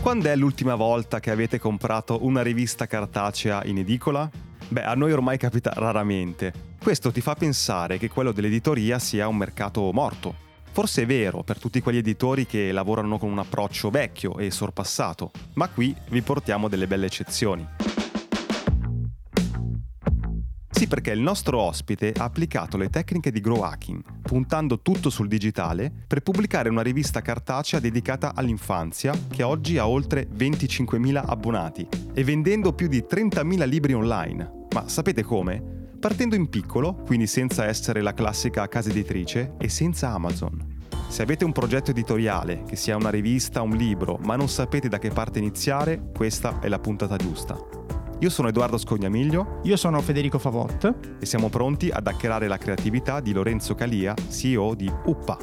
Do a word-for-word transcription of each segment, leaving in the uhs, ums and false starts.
Quando è l'ultima volta che avete comprato una rivista cartacea in edicola? Beh, a noi ormai capita raramente. Questo ti fa pensare che quello dell'editoria sia un mercato morto. Forse è vero per tutti quegli editori che lavorano con un approccio vecchio e sorpassato, ma qui vi portiamo delle belle eccezioni. Sì, perché il nostro ospite ha applicato le tecniche di growth hacking, puntando tutto sul digitale, per pubblicare una rivista cartacea dedicata all'infanzia che oggi ha oltre venticinquemila abbonati e vendendo più di trentamila libri online. Ma sapete come? Partendo in piccolo, quindi senza essere la classica casa editrice e senza Amazon. Se avete un progetto editoriale, che sia una rivista o un libro, ma non sapete da che parte iniziare, questa è la puntata giusta. Io sono Edoardo Scognamiglio. Io sono Federico Favot. E siamo pronti ad hackerare la creatività di Lorenzo Calia, C E O di Uppa.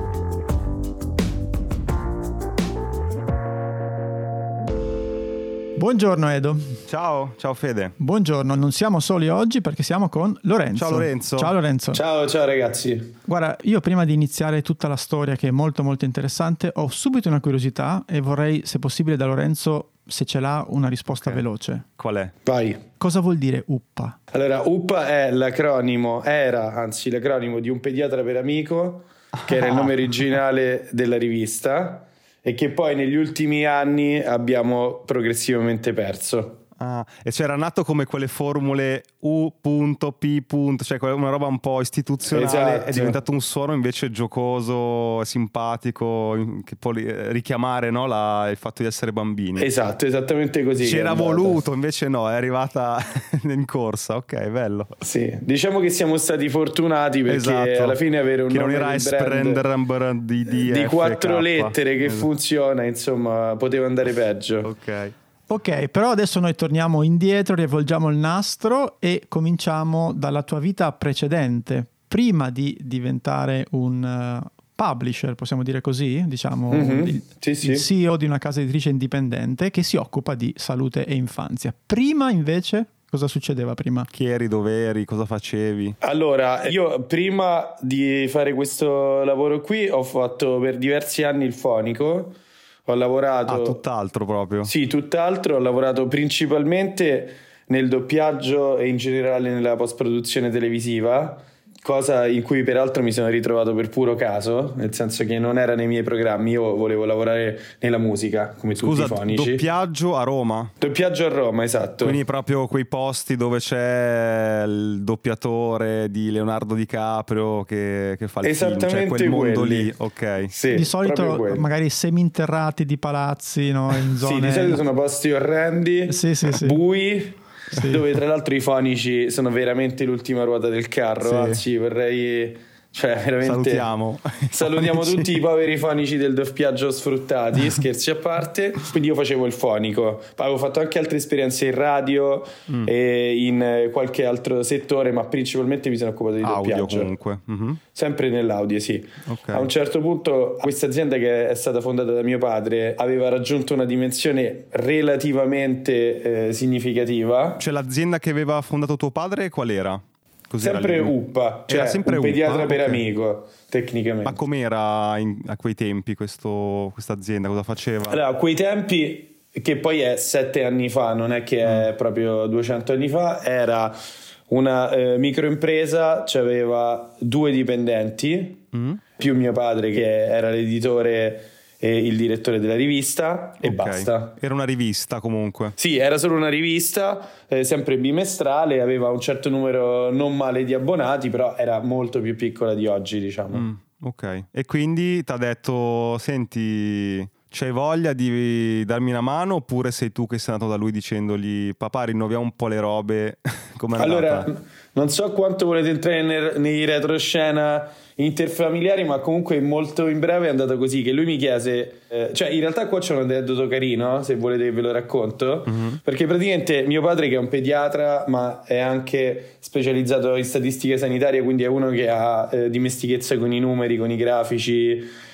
Buongiorno Edo. Ciao, ciao Fede. Buongiorno, non siamo soli oggi perché siamo con Lorenzo. Ciao Lorenzo. Ciao Lorenzo. Ciao, ciao ragazzi. Guarda, io prima di iniziare tutta la storia che è molto molto interessante, ho subito una curiosità e vorrei, se possibile, da Lorenzo, se ce l'ha, una risposta okay. veloce. Qual è? Vai. Cosa vuol dire Uppa? Allora, Uppa è l'acronimo, era anzi l'acronimo di un pediatra per amico, che era il nome originale della rivista e che poi negli ultimi anni abbiamo progressivamente perso. Ah, e cioè era nato come quelle formule U P, cioè una roba un po' istituzionale, esatto. È diventato un suono invece giocoso, simpatico, che può richiamare, no, la, il fatto di essere bambini. Esatto, esattamente così. C'era voluto, invece no, è arrivata in corsa, ok, bello. Sì, diciamo che siamo stati fortunati perché esatto. alla fine avere un che nome non di brand di, di, di quattro F K. lettere che esatto. funziona, insomma, poteva andare peggio. Ok. Ok, però adesso noi torniamo indietro, riavvolgiamo il nastro e cominciamo dalla tua vita precedente. Prima di diventare un uh, publisher, possiamo dire così, diciamo, mm-hmm. il, sì, sì. il C E O di una casa editrice indipendente che si occupa di salute e infanzia. Prima invece, cosa succedeva prima? Chi eri, dove eri, cosa facevi? Allora, io prima di fare questo lavoro qui ho fatto per diversi anni il fonico. Ho lavorato... Ah, tutt'altro proprio? Sì, tutt'altro. Ho lavorato principalmente nel doppiaggio e in generale nella post-produzione televisiva, cosa in cui peraltro mi sono ritrovato per puro caso, nel senso che non era nei miei programmi, io volevo lavorare nella musica, come Scusa, tutti i fonici. Doppiaggio a Roma? Doppiaggio a Roma, esatto. Quindi proprio quei posti dove c'è il doppiatore di Leonardo DiCaprio che, che fa il film, cioè quel mondo quelli. lì, ok. Sì, di solito magari seminterrati di palazzi, no? In zone... Sì, di solito sono posti orrendi, sì, sì, sì. bui, sì. Dove tra l'altro i fonici sono veramente l'ultima ruota del carro, sì. Anzi vorrei... Cioè, veramente salutiamo salutiamo tutti i poveri fonici del doppiaggio sfruttati, scherzi a parte. Quindi io facevo il fonico, avevo fatto anche altre esperienze in radio mm. e in qualche altro settore, ma principalmente mi sono occupato di audio doppiaggio comunque mm-hmm. sempre nell'audio, sì. Okay. A un certo punto questa azienda, che è stata fondata da mio padre, aveva raggiunto una dimensione relativamente eh, significativa. Cioè l'azienda che aveva fondato tuo padre qual era? Cos'era sempre lì? Uppa, cioè era sempre un pediatra Uppa? per Okay. amico, tecnicamente. Ma com'era in, a quei tempi questo, questa azienda? Cosa faceva? Allora, a quei tempi, che poi è sette anni fa, non è che è mm. proprio duecento anni fa, era una eh, microimpresa, c'aveva due dipendenti, mm. più mio padre che era l'editore e il direttore della rivista, e okay. basta. Era una rivista comunque? Sì, era solo una rivista, eh, sempre bimestrale, aveva un certo numero non male di abbonati, però era molto più piccola di oggi, diciamo. Mm, ok, e quindi ti ha detto, senti, c'hai voglia di darmi una mano, oppure sei tu che sei andato da lui dicendogli, papà, rinnoviamo un po' le robe? Com'è andata? Allora, non so quanto volete entrare nel, nei retroscena interfamiliari, ma comunque molto in breve è andata così, che lui mi chiese eh, cioè in realtà qua c'è un aneddoto carino, se volete che ve lo racconto, mm-hmm. perché praticamente mio padre, che è un pediatra ma è anche specializzato in statistica sanitaria, quindi è uno che ha eh, dimestichezza con i numeri, con i grafici,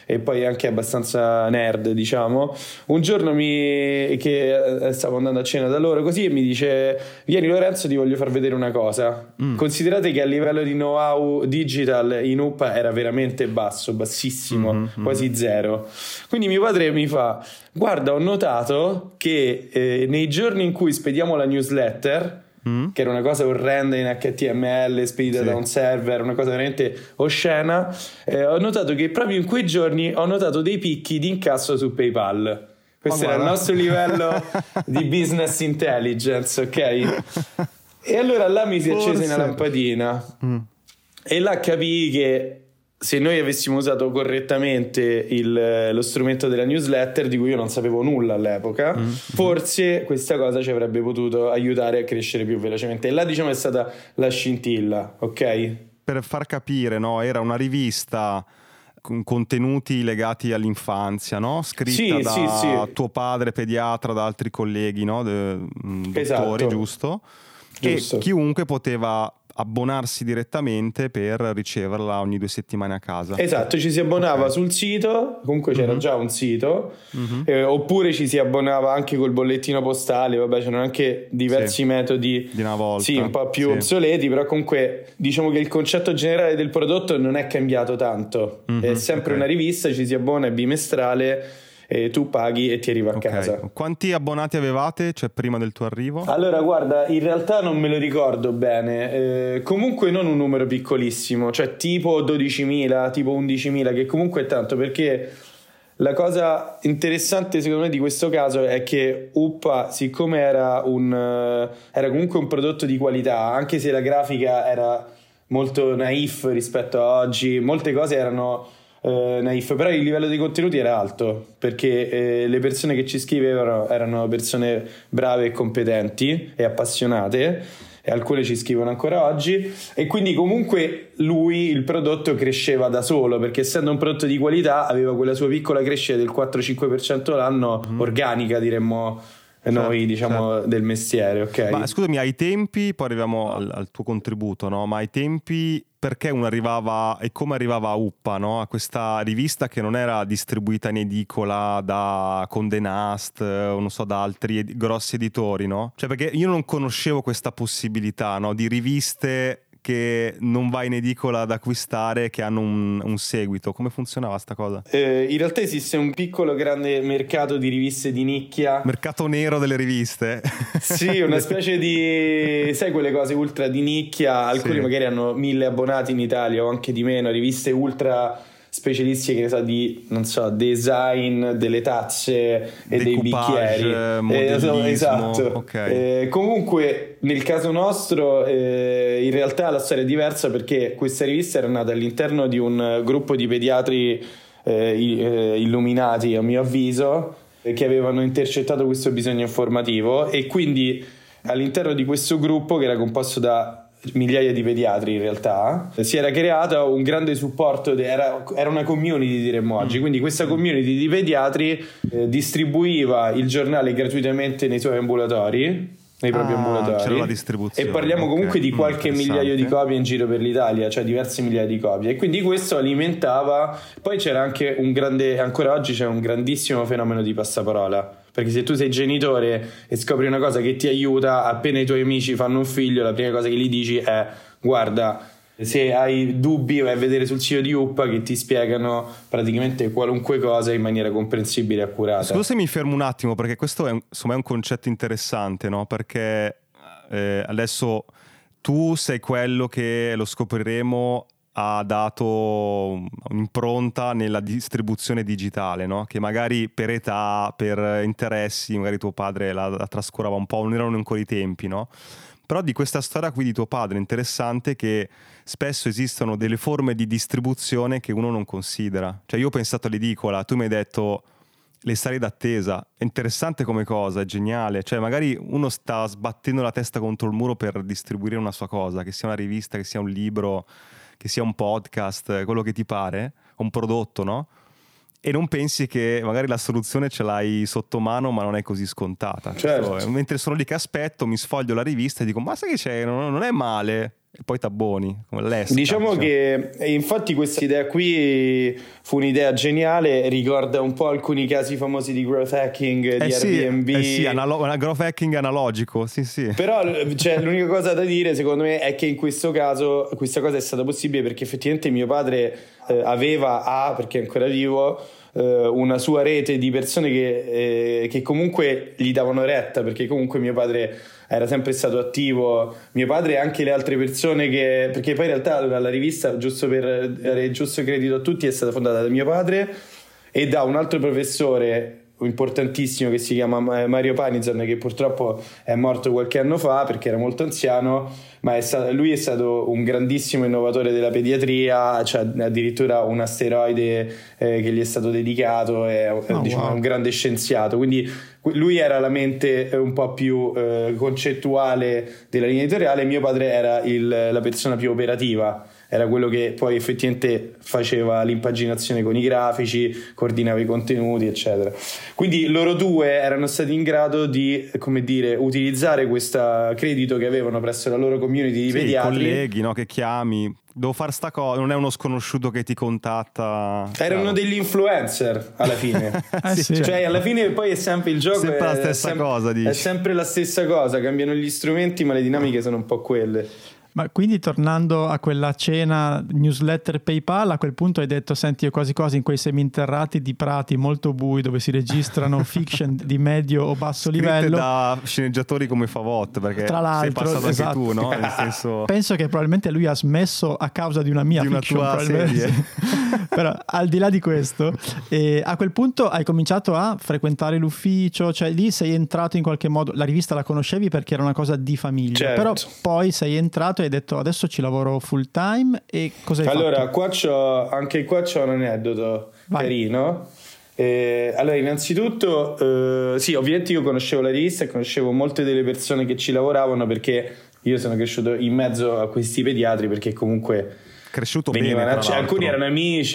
e poi anche abbastanza nerd, diciamo. Un giorno mi che stavo andando a cena da loro così e mi dice: vieni Lorenzo, ti voglio far vedere una cosa. Mm. Considerate che a livello di know-how digital in U P A era veramente basso, bassissimo, mm-hmm. quasi zero. Quindi mio padre mi fa: guarda, ho notato che eh, nei giorni in cui spediamo la newsletter, Mm. che era una cosa orrenda in H T M L spedita sì. da un server, una cosa veramente oscena, eh, ho notato che proprio in quei giorni ho notato dei picchi di incasso su PayPal. Questo oh, era guarda. il nostro livello di business intelligence, ok? E allora là mi si è accesa una lampadina mm. e là capii che se noi avessimo usato correttamente il, lo strumento della newsletter, di cui io non sapevo nulla all'epoca, mm-hmm. forse questa cosa ci avrebbe potuto aiutare a crescere più velocemente. E là, diciamo, è stata la scintilla, ok? Per far capire, no? Era una rivista con contenuti legati all'infanzia, no? Scritta sì, da sì, sì. tuo padre pediatra, da altri colleghi, no? De, dottori, esatto. giusto? Giusto. E chiunque poteva abbonarsi direttamente per riceverla ogni due settimane a casa. Esatto, ci si abbonava okay. sul sito, comunque c'era mm-hmm. già un sito, mm-hmm. eh, oppure ci si abbonava anche col bollettino postale, vabbè, c'erano anche diversi sì. metodi di una volta. Sì, un po' più sì. obsoleti, però comunque diciamo che il concetto generale del prodotto non è cambiato tanto, mm-hmm. è sempre okay. una rivista, ci si abbona, è bimestrale, e tu paghi e ti arriva a okay. casa. Quanti abbonati avevate, cioè prima del tuo arrivo? Allora guarda, in realtà non me lo ricordo bene, eh, comunque non un numero piccolissimo, cioè tipo dodicimila, tipo undicimila, che comunque è tanto, perché la cosa interessante secondo me di questo caso è che U P A, siccome era un era comunque un prodotto di qualità, anche se la grafica era molto naif rispetto a oggi, molte cose erano Uh, naif, però il livello dei contenuti era alto, perché eh, le persone che ci scrivevano erano persone brave e competenti e appassionate, e alcune ci scrivono ancora oggi, e quindi comunque lui, il prodotto cresceva da solo, perché essendo un prodotto di qualità aveva quella sua piccola crescita del quattro-cinque per cento l'anno, mm. organica diremmo noi, certo, diciamo, certo. del mestiere, ok? Ma scusami, ai tempi, poi arriviamo al, al tuo contributo, no? Ma ai tempi perché uno arrivava e come arrivava a U P A, no? A questa rivista che non era distribuita in edicola da Condé Nast o non so, da altri ed- grossi editori, no? Cioè, perché io non conoscevo questa possibilità, no? Di riviste che non va in edicola ad acquistare, che hanno un, un seguito. Come funzionava sta cosa? Eh, in realtà esiste un piccolo grande mercato di riviste di nicchia. Mercato nero delle riviste. Sì, una specie di, sai, quelle cose ultra di nicchia. Alcuni sì. magari hanno mille abbonati in Italia o anche di meno, riviste ultra specialistiche, che ne so, di, non so, design delle tazze e dei bicchieri, eh, esatto. Okay. Eh, comunque nel caso nostro eh, in realtà la storia è diversa, perché questa rivista era nata all'interno di un gruppo di pediatri eh, illuminati, a mio avviso, che avevano intercettato questo bisogno informativo, e quindi all'interno di questo gruppo, che era composto da migliaia di pediatri in realtà, si era creato un grande supporto, era, era una community diremmo oggi, quindi questa community di pediatri eh, distribuiva il giornale gratuitamente nei suoi ambulatori, nei propri ah, ambulatori, c'era la distribuzione, e parliamo okay. comunque di qualche mm, migliaio di copie in giro per l'Italia, cioè diverse migliaia di copie, e quindi questo alimentava. Poi c'era anche un grande, ancora oggi c'è un grandissimo fenomeno di passaparola, perché se tu sei genitore e scopri una cosa che ti aiuta, appena i tuoi amici fanno un figlio, la prima cosa che gli dici è: guarda, se hai dubbi vai a vedere sul sito di U P A, che ti spiegano praticamente qualunque cosa in maniera comprensibile e accurata. Scusa se mi fermo un attimo, perché questo è un, insomma, è un concetto interessante, no? Perché eh, adesso tu sei quello che, lo scopriremo, ha dato un'impronta nella distribuzione digitale, no? Che magari per età, per interessi, magari tuo padre la, la trascurava un po', non erano ancora i tempi, no? Però di questa storia qui di tuo padre è interessante che spesso esistono delle forme di distribuzione che uno non considera. Cioè io ho pensato all'edicola, tu mi hai detto le sale d'attesa, è interessante come cosa, è geniale, cioè magari uno sta sbattendo la testa contro il muro per distribuire una sua cosa, che sia una rivista, che sia un libro, che sia un podcast, quello che ti pare, un prodotto, no? E non pensi che magari la soluzione ce l'hai sotto mano, ma non è così scontata. Certo. Questo, mentre sono lì che aspetto, mi sfoglio la rivista e dico: ma sai che c'è? Non, non è male. e poi t'abboni come l'esca. Diciamo cioè. che infatti questa idea qui fu un'idea geniale, ricorda un po' alcuni casi famosi di growth hacking, eh di sì, Airbnb. Eh sì, analo- growth hacking analogico, sì sì. Però cioè, l'unica cosa da dire secondo me è che in questo caso questa cosa è stata possibile perché effettivamente mio padre eh, aveva, ha, perché è ancora vivo, eh, una sua rete di persone che, eh, che comunque gli davano retta, perché comunque mio padre era sempre stato attivo, mio padre e anche le altre persone che, perché poi in realtà allora, la rivista, giusto per dare il giusto credito a tutti, è stata fondata da mio padre e da un altro professore importantissimo che si chiama Mario Panizan, che purtroppo è morto qualche anno fa perché era molto anziano, ma è stato, lui è stato un grandissimo innovatore della pediatria, cioè addirittura un asteroide eh, che gli è stato dedicato, è oh, diciamo, wow. un grande scienziato, quindi lui era la mente un po' più eh, concettuale della linea editoriale, mio padre era il, la persona più operativa, era quello che poi effettivamente faceva l'impaginazione con i grafici, coordinava i contenuti, eccetera. Quindi loro due erano stati in grado di, come dire, utilizzare questo credito che avevano presso la loro community di sì, pediatri. colleghi, no, che chiami, devo fare sta cosa, non è uno sconosciuto che ti contatta. Erano chiaro. Degli influencer alla fine. eh sì, cioè certo. alla fine poi è sempre il gioco, sempre è la stessa sem- cosa, dici. È sempre la stessa cosa, cambiano gli strumenti ma le dinamiche sono un po' quelle. Ma quindi tornando a quella cena newsletter PayPal, a quel punto hai detto senti io quasi quasi in quei seminterrati di prati molto bui dove si registrano fiction di medio o basso scritte livello da sceneggiatori come Favot, perché tra l'altro, sei passato esatto. anche tu, no? Nel senso... penso che probabilmente lui ha smesso a causa di una mia di una fiction tua serie. Però al di là di questo eh, a quel punto hai cominciato a frequentare l'ufficio, cioè lì sei entrato in qualche modo, la rivista la conoscevi perché era una cosa di famiglia, certo. Però poi sei entrato e hai detto adesso ci lavoro full time e cosa hai allora, fatto? Qua c'ho, anche qua c'ho un aneddoto Vai. carino. Eh, allora innanzitutto eh, sì, ovviamente io conoscevo la rivista e conoscevo molte delle persone che ci lavoravano perché io sono cresciuto in mezzo a questi pediatri, perché comunque cresciuto venivano bene, a, cioè, alcuni erano amici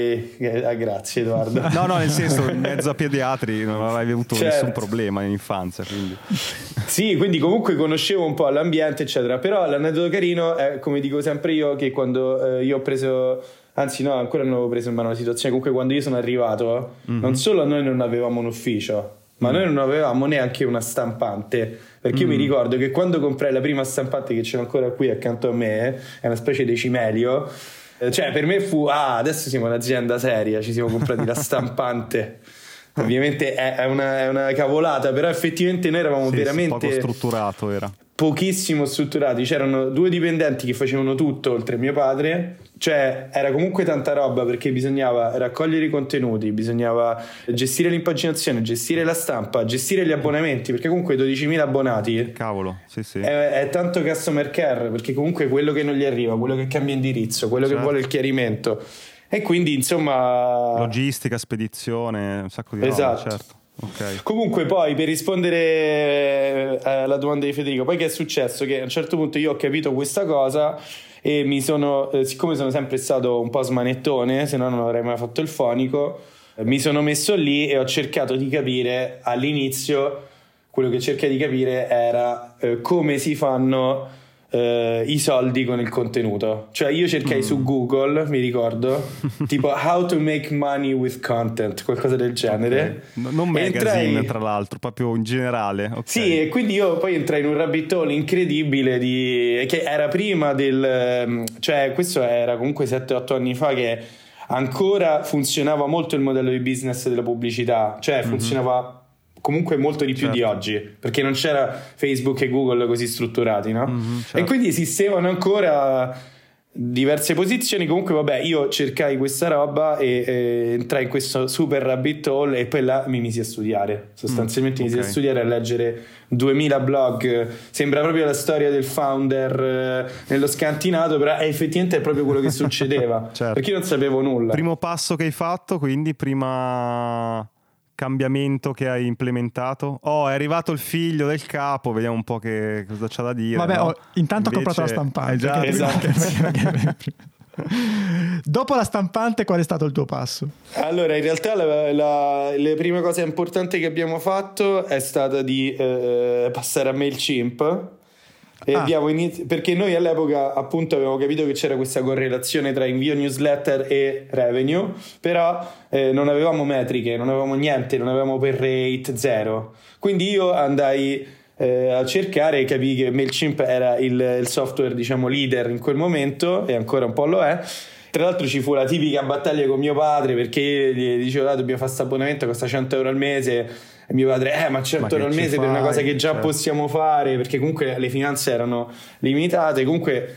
eh, grazie Edoardo. no no nel senso in mezzo a pediatri non avevi avuto certo. nessun problema in infanzia, quindi sì, quindi comunque conoscevo un po' l'ambiente eccetera, però l'aneddoto carino è, come dico sempre io, che quando eh, io ho preso, anzi no, ancora non avevo preso in mano la situazione, comunque quando io sono arrivato mm-hmm. non solo noi non avevamo un ufficio, ma noi non avevamo neanche una stampante, perché io mm. mi ricordo che quando comprai la prima stampante che c'è ancora qui accanto a me, è una specie di cimelio, cioè per me fu ah adesso siamo un'azienda seria, ci siamo comprati la stampante. Ovviamente è una, è una cavolata, però effettivamente noi eravamo sì, veramente poco strutturato, era pochissimo strutturati, c'erano due dipendenti che facevano tutto oltre mio padre, cioè era comunque tanta roba perché bisognava raccogliere i contenuti, bisognava gestire l'impaginazione, gestire la stampa, gestire gli abbonamenti, perché comunque dodicimila abbonati cavolo sì, sì. È, è tanto customer care, perché comunque quello che non gli arriva, quello che cambia indirizzo, quello certo. che vuole il chiarimento, e quindi insomma logistica, spedizione, un sacco di esatto. roba, certo. Okay. Comunque poi per rispondere alla domanda di Federico, poi che è successo? Che a un certo punto io ho capito questa cosa e mi sono, eh, siccome sono sempre stato un po' smanettone, se no non avrei mai fatto il fonico, eh, mi sono messo lì e ho cercato di capire all'inizio, quello che cercai di capire era eh, come si fanno Uh, i soldi con il contenuto. Cioè io cercai mm. su Google, mi ricordo tipo how to make money with content, qualcosa del genere, okay. Non magazine entrai... tra l'altro, proprio in generale, okay. Sì, e quindi io poi entrai in un rabbit hole incredibile di... che era prima del, cioè questo era comunque sette otto anni fa, che ancora funzionava molto il modello di business della pubblicità, cioè mm-hmm. funzionava comunque molto di più certo. di oggi, perché non c'era Facebook e Google così strutturati, no? Mm-hmm, certo. E quindi esistevano ancora diverse posizioni. Comunque vabbè, io cercai questa roba e, e entrai in questo super rabbit hole e poi là mi misi a studiare, sostanzialmente mm, mi misi okay. a studiare, a leggere duemila blog. Sembra proprio la storia del founder eh, nello scantinato, però è, effettivamente è proprio quello che succedeva. Certo. Perché io non sapevo nulla. Primo passo che hai fatto, quindi prima cambiamento che hai implementato? Oh, è arrivato il figlio del capo, vediamo un po' che cosa c'ha da dire. Vabbè, no? oh, intanto Invece, ho comprato la stampante. Già, esatto. Dopo la stampante, qual è stato il tuo passo? Allora, in realtà la, la, le prime cose importanti che abbiamo fatto è stata di eh, passare a MailChimp, E ah. abbiamo inizi- perché noi all'epoca appunto avevamo capito che c'era questa correlazione tra invio newsletter e revenue, però eh, non avevamo metriche, non avevamo niente, non avevamo per rate, zero. Quindi io andai eh, a cercare e capii che MailChimp era il, il software, diciamo, leader in quel momento, e ancora un po' lo è. Tra l'altro ci fu la tipica battaglia con mio padre, perché gli dicevo ah, dobbiamo fare questo abbonamento, costa cento euro al mese. E mio padre, eh ma cento euro al mese per una cosa che già certo. possiamo fare, perché comunque le finanze erano limitate. Comunque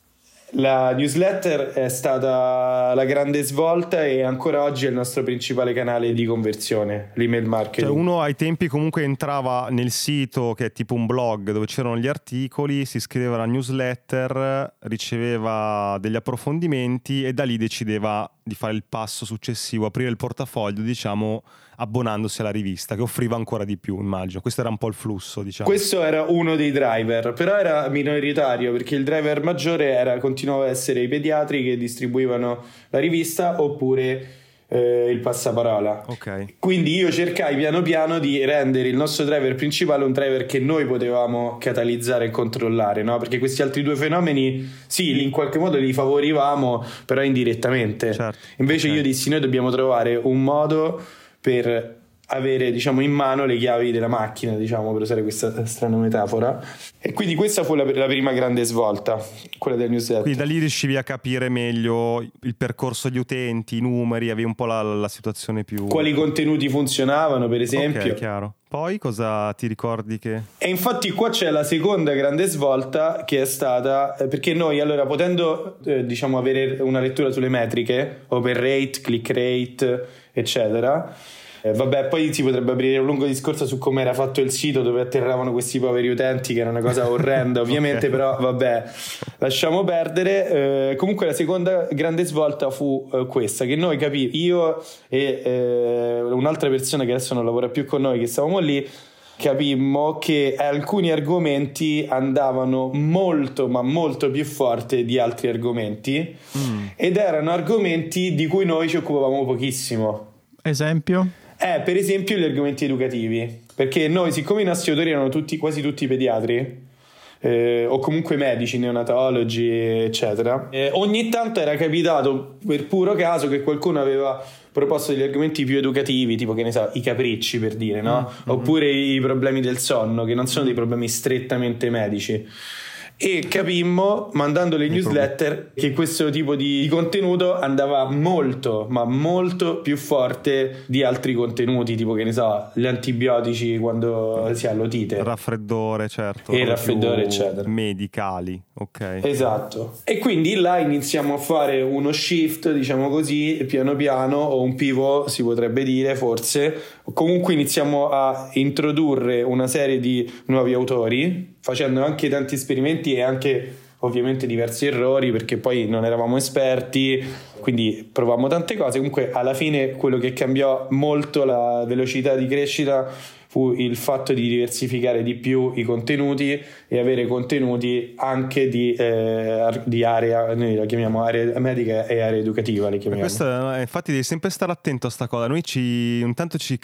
la newsletter è stata la grande svolta e ancora oggi è il nostro principale canale di conversione, l'email marketing. Cioè uno ai tempi comunque entrava nel sito, che è tipo un blog dove c'erano gli articoli, si iscriveva alla newsletter, riceveva degli approfondimenti e da lì decideva di fare il passo successivo, aprire il portafoglio, diciamo, abbonandosi alla rivista, che offriva ancora di più, immagino. Questo era un po' il flusso, diciamo. Questo era uno dei driver, però era minoritario, perché il driver maggiore era continuava a essere i pediatri che distribuivano la rivista, oppure eh, il passaparola. Okay. Quindi io cercai piano piano di rendere il nostro driver principale un driver che noi potevamo catalizzare e controllare, no? Perché questi altri due fenomeni sì, in qualche modo li favorivamo, però indirettamente. Certo. Invece okay. io dissi noi dobbiamo trovare un modo per avere, diciamo, in mano le chiavi della macchina, diciamo, per usare questa strana metafora. E quindi questa fu la, la prima grande svolta, quella del newsletter. Quindi da lì riuscivi a capire meglio il percorso di utenti, i numeri, avevi un po' la, la situazione più... Quali contenuti funzionavano, per esempio. Ok, chiaro. Poi cosa ti ricordi che... E infatti qua c'è la seconda grande svolta, che è stata... Perché noi, allora, potendo, eh, diciamo, avere una lettura sulle metriche, open rate, click rate, eccetera... Eh, vabbè, poi si potrebbe aprire un lungo discorso su come era fatto il sito, dove atterravano questi poveri utenti, che era una cosa orrenda ovviamente. Okay. Però vabbè, lasciamo perdere. Eh, comunque la seconda grande svolta fu eh, questa, che noi capì, io e eh, un'altra persona che adesso non lavora più con noi, che stavamo lì, capimmo che alcuni argomenti andavano molto ma molto più forte di altri argomenti, mm. ed erano argomenti di cui noi ci occupavamo pochissimo. Esempio? Eh, per esempio gli argomenti educativi, perché noi, siccome i nostri autori erano tutti, quasi tutti pediatri, eh, o comunque medici, neonatologi, eccetera, eh, ogni tanto era capitato per puro caso che qualcuno aveva proposto degli argomenti più educativi, tipo, che ne so, i capricci, per dire, no? Mm-hmm. Oppure i problemi del sonno, che non sono dei problemi strettamente medici. E capimmo, mandando le newsletter, che questo tipo di contenuto andava molto, ma molto più forte di altri contenuti, tipo, che ne so, gli antibiotici quando si ha l'otite, il raffreddore, certo, e il raffreddore, eccetera, medicali, ok, esatto. E quindi là iniziamo a fare uno shift, diciamo così, piano piano, o un pivot si potrebbe dire, forse. Comunque iniziamo a introdurre una serie di nuovi autori, facendo anche tanti esperimenti e anche ovviamente diversi errori, perché poi non eravamo esperti, quindi provavamo tante cose. Comunque alla fine quello che cambiò molto la velocità di crescita fu il fatto di diversificare di più i contenuti e avere contenuti anche di, eh, di area, noi la chiamiamo area medica e area educativa, le chiamiamo. Questo, infatti devi sempre stare attento a sta cosa. Noi ci, intanto ci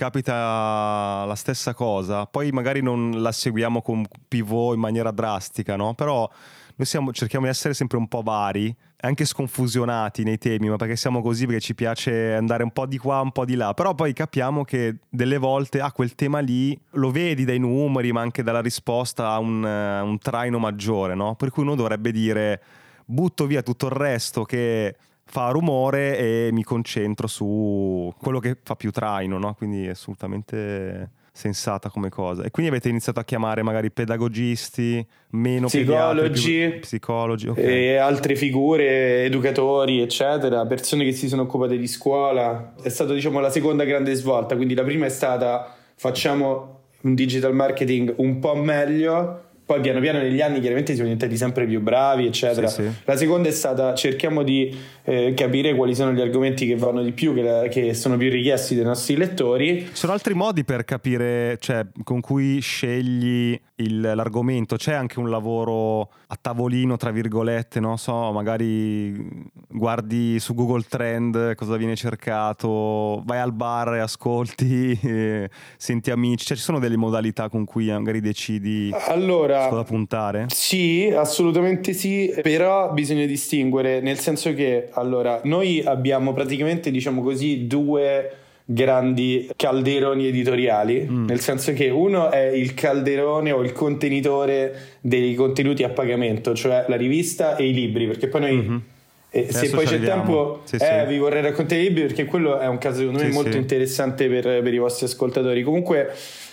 capita la stessa cosa, poi magari non la seguiamo con pivot in maniera drastica, no? Però noi siamo, cerchiamo di essere sempre un po' vari, anche sconfusionati nei temi, ma perché siamo così, perché ci piace andare un po' di qua, un po' di là. Però poi capiamo che delle volte ah, quel tema lì lo vedi dai numeri, ma anche dalla risposta a un, uh, un traino maggiore, no? Per cui uno dovrebbe dire butto via tutto il resto che fa rumore e mi concentro su quello che fa più traino, no? Quindi è assolutamente sensata come cosa. E quindi avete iniziato a chiamare magari pedagogisti, meno psicologi, pediatri, più psicologi, okay. E altre figure, educatori, eccetera, persone che si sono occupate di scuola. È stata, diciamo, la seconda grande svolta. Quindi la prima è stata: facciamo un digital marketing un po' meglio. Poi piano piano negli anni chiaramente siamo diventati sempre più bravi, eccetera. Sì, sì. La seconda è stata: cerchiamo di eh, capire quali sono gli argomenti che vanno di più, che, la, che sono più richiesti dai nostri lettori. Ci sono altri modi per capire, cioè, con cui scegli il, l'argomento? C'è anche un lavoro a tavolino, tra virgolette, no? So, magari guardi su Google Trend cosa viene cercato, vai al bar e ascolti, e senti amici. Cioè, ci sono delle modalità con cui magari decidi? Allora, Allora, da puntare? Sì, assolutamente sì, però bisogna distinguere, nel senso che allora noi abbiamo praticamente, diciamo così, due grandi calderoni editoriali, mm. nel senso che uno è il calderone o il contenitore dei contenuti a pagamento, cioè la rivista e i libri, perché poi noi mm-hmm. eh, se poi c'è arriviamo. tempo sì, eh, sì. vi vorrei raccontare i libri, perché quello è un caso secondo me sì, molto sì. interessante per, per i vostri ascoltatori. Comunque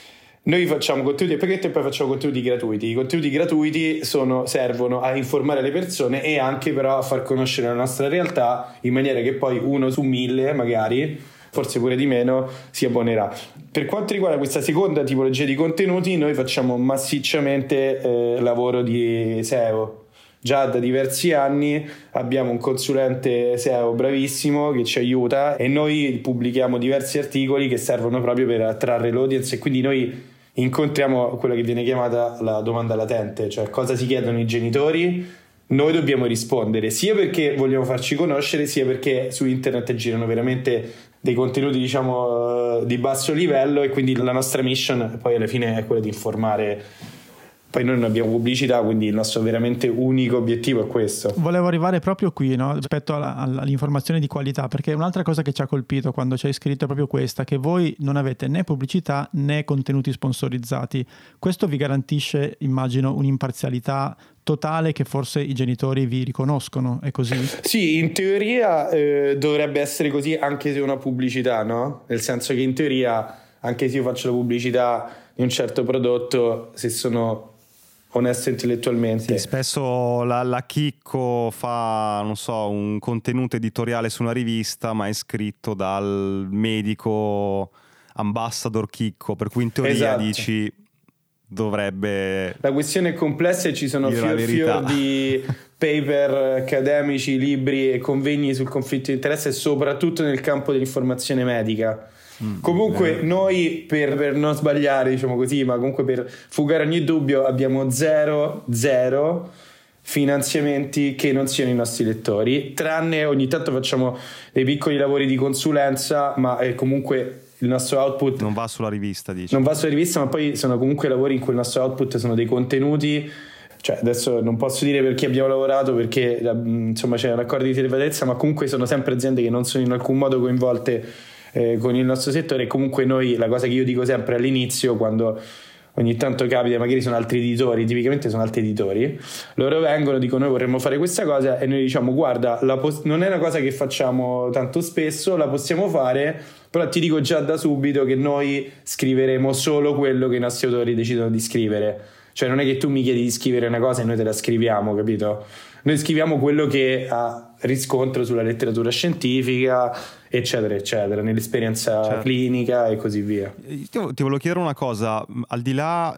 noi facciamo contenuti a pagamento e poi facciamo contenuti gratuiti. I contenuti gratuiti sono, servono a informare le persone e anche però a far conoscere la nostra realtà, in maniera che poi uno su mille magari, forse pure di meno, si abbonerà. Per quanto riguarda questa seconda tipologia di contenuti, noi facciamo massicciamente eh, lavoro di S E O. Già da diversi anni abbiamo un consulente S E O bravissimo che ci aiuta e noi pubblichiamo diversi articoli che servono proprio per attrarre l'audience, e quindi noi incontriamo quella che viene chiamata la domanda latente, cioè cosa si chiedono i genitori. Noi dobbiamo rispondere, sia perché vogliamo farci conoscere, sia perché su internet girano veramente dei contenuti, diciamo, di basso livello, e quindi la nostra mission poi alla fine è quella di informare. Poi noi non abbiamo pubblicità, quindi il nostro veramente unico obiettivo è questo. Volevo arrivare proprio qui, no? Rispetto alla, all'informazione di qualità, perché un'altra cosa che ci ha colpito quando ci hai scritto è proprio questa, che voi non avete né pubblicità né contenuti sponsorizzati. Questo vi garantisce, immagino, un'imparzialità totale che forse i genitori vi riconoscono, è così? Sì, in teoria eh, dovrebbe essere così, anche se è una pubblicità, no? Nel senso che in teoria, anche se io faccio la pubblicità di un certo prodotto, se sono onesto intellettualmente. Sì, spesso la, la Chicco fa, non so, un contenuto editoriale su una rivista, ma è scritto dal medico ambassador Chicco, per cui in teoria esatto. dici dovrebbe... La questione è complessa e ci sono fior fior di paper accademici, libri e convegni sul conflitto di interesse, soprattutto nel campo dell'informazione medica. Mm, comunque eh. noi per, per non sbagliare, diciamo così, ma comunque per fugare ogni dubbio, abbiamo zero zero finanziamenti che non siano i nostri lettori, tranne ogni tanto facciamo dei piccoli lavori di consulenza, ma è comunque il nostro output non va sulla rivista, dici. Non va sulla rivista, ma poi sono comunque lavori in cui il nostro output sono dei contenuti. Cioè adesso non posso dire per chi abbiamo lavorato, perché insomma c'è un accordo di riservatezza, ma comunque sono sempre aziende che non sono in alcun modo coinvolte eh, con il nostro settore. E comunque noi, la cosa che io dico sempre all'inizio, quando ogni tanto capita, magari sono altri editori, tipicamente sono altri editori, loro vengono, dicono noi vorremmo fare questa cosa, e noi diciamo guarda, la pos- non è una cosa che facciamo tanto spesso, la possiamo fare, però ti dico già da subito che noi scriveremo solo quello che i nostri autori decidono di scrivere. Cioè non è che tu mi chiedi di scrivere una cosa e noi te la scriviamo, capito? Noi scriviamo quello che ha riscontro sulla letteratura scientifica, eccetera eccetera, nell'esperienza certo. clinica e così via. Ti, ti volevo chiedere una cosa, al di là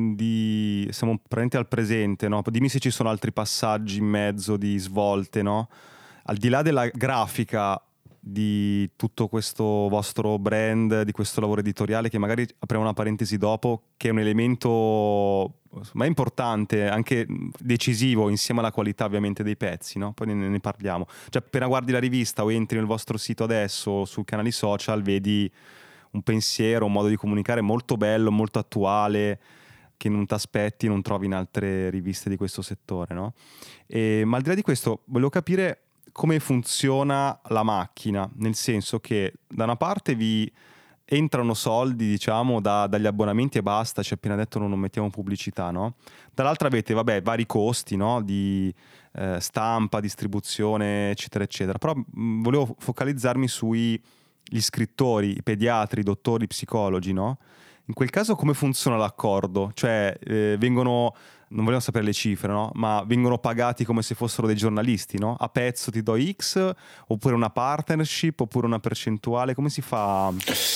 di, siamo praticamente al presente, no? Dimmi se ci sono altri passaggi in mezzo di svolte, no? Al di là della grafica di tutto questo vostro brand, di questo lavoro editoriale, che magari apriamo una parentesi dopo, che è un elemento ma importante, anche decisivo, insieme alla qualità ovviamente dei pezzi, no? Poi ne, ne parliamo. Cioè appena guardi la rivista o entri nel vostro sito adesso, sui canali social, vedi un pensiero, un modo di comunicare molto bello, molto attuale, che non ti aspetti, non trovi in altre riviste di questo settore, no? E, ma al di là di questo volevo capire come funziona la macchina, nel senso che da una parte vi entrano soldi, diciamo, da, dagli abbonamenti e basta, ci hai appena detto non, non mettiamo pubblicità, no? Dall'altra avete, vabbè, vari costi, no? Di eh, stampa, distribuzione, eccetera, eccetera. Però mh, volevo focalizzarmi sugli scrittori, i pediatri, i dottori, i psicologi, no? In quel caso come funziona l'accordo? Cioè eh, vengono... non vogliamo sapere le cifre, no? Ma vengono pagati come se fossero dei giornalisti, no? A pezzo ti do X, oppure una partnership, oppure una percentuale, come si fa?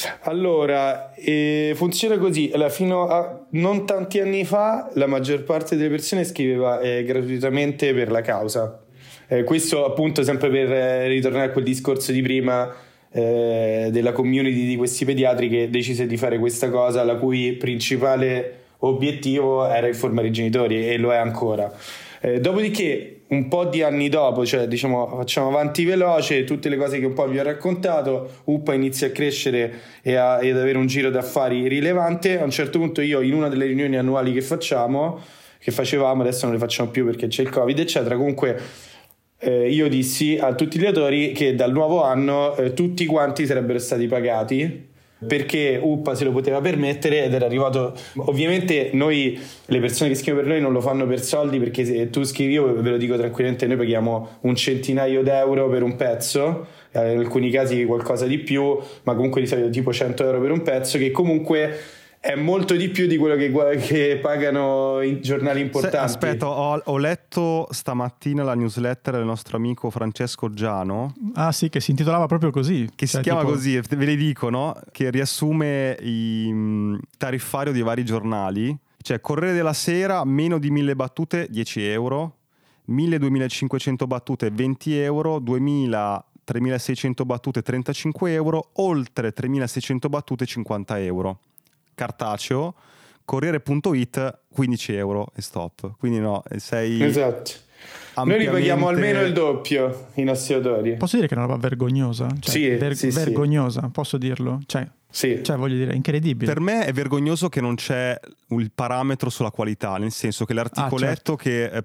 Allora, eh, funziona così. Allora, fino a non tanti anni fa la maggior parte delle persone scriveva eh, gratuitamente per la causa. Eh, questo appunto sempre per eh, ritornare a quel discorso di prima eh, della community di questi pediatri che decise di fare questa cosa, la cui principale obiettivo era informare i genitori, e lo è ancora. Eh, dopodiché un po' di anni dopo, cioè diciamo facciamo avanti veloce, tutte le cose che un po' vi ho raccontato, Uppa inizia a crescere e a, ed avere un giro d'affari rilevante. A un certo punto io, in una delle riunioni annuali che facciamo, che facevamo, adesso non le facciamo più perché c'è il Covid eccetera. Comunque eh, io dissi a tutti gli autori che dal nuovo anno eh, tutti quanti sarebbero stati pagati, perché Uppa se lo poteva permettere ed era arrivato. Ovviamente noi, le persone che scrivono per noi non lo fanno per soldi, perché se tu scrivi, io ve lo dico tranquillamente, noi paghiamo un centinaio d'euro per un pezzo, in alcuni casi qualcosa di più, ma comunque di solito tipo cento euro per un pezzo, che comunque è molto di più di quello che, che pagano i giornali importanti. Se, aspetta, ho, ho letto stamattina la newsletter del nostro amico Francesco Giano. Ah sì, che si intitolava proprio così. Che cioè, si chiama tipo... così, ve le dico, no? Che riassume il tariffario dei vari giornali. Cioè, Corriere della Sera, meno di mille battute, dieci euro. mille duemilacinquecento battute, venti euro. duemila tremilaseicento battute, trentacinque euro. Oltre tremilaseicento battute, cinquanta euro. Cartaceo, Corriere punto it quindici euro e stop. Quindi no, sei esatto. Noi li paghiamo almeno il doppio i nostri autori. Posso dire che è una roba vergognosa? Cioè, sì, ver- sì, vergognosa, sì. Posso dirlo? Cioè, sì. cioè, voglio dire, incredibile. Per me è vergognoso che non c'è il parametro sulla qualità, nel senso che l'articoletto ah, certo. che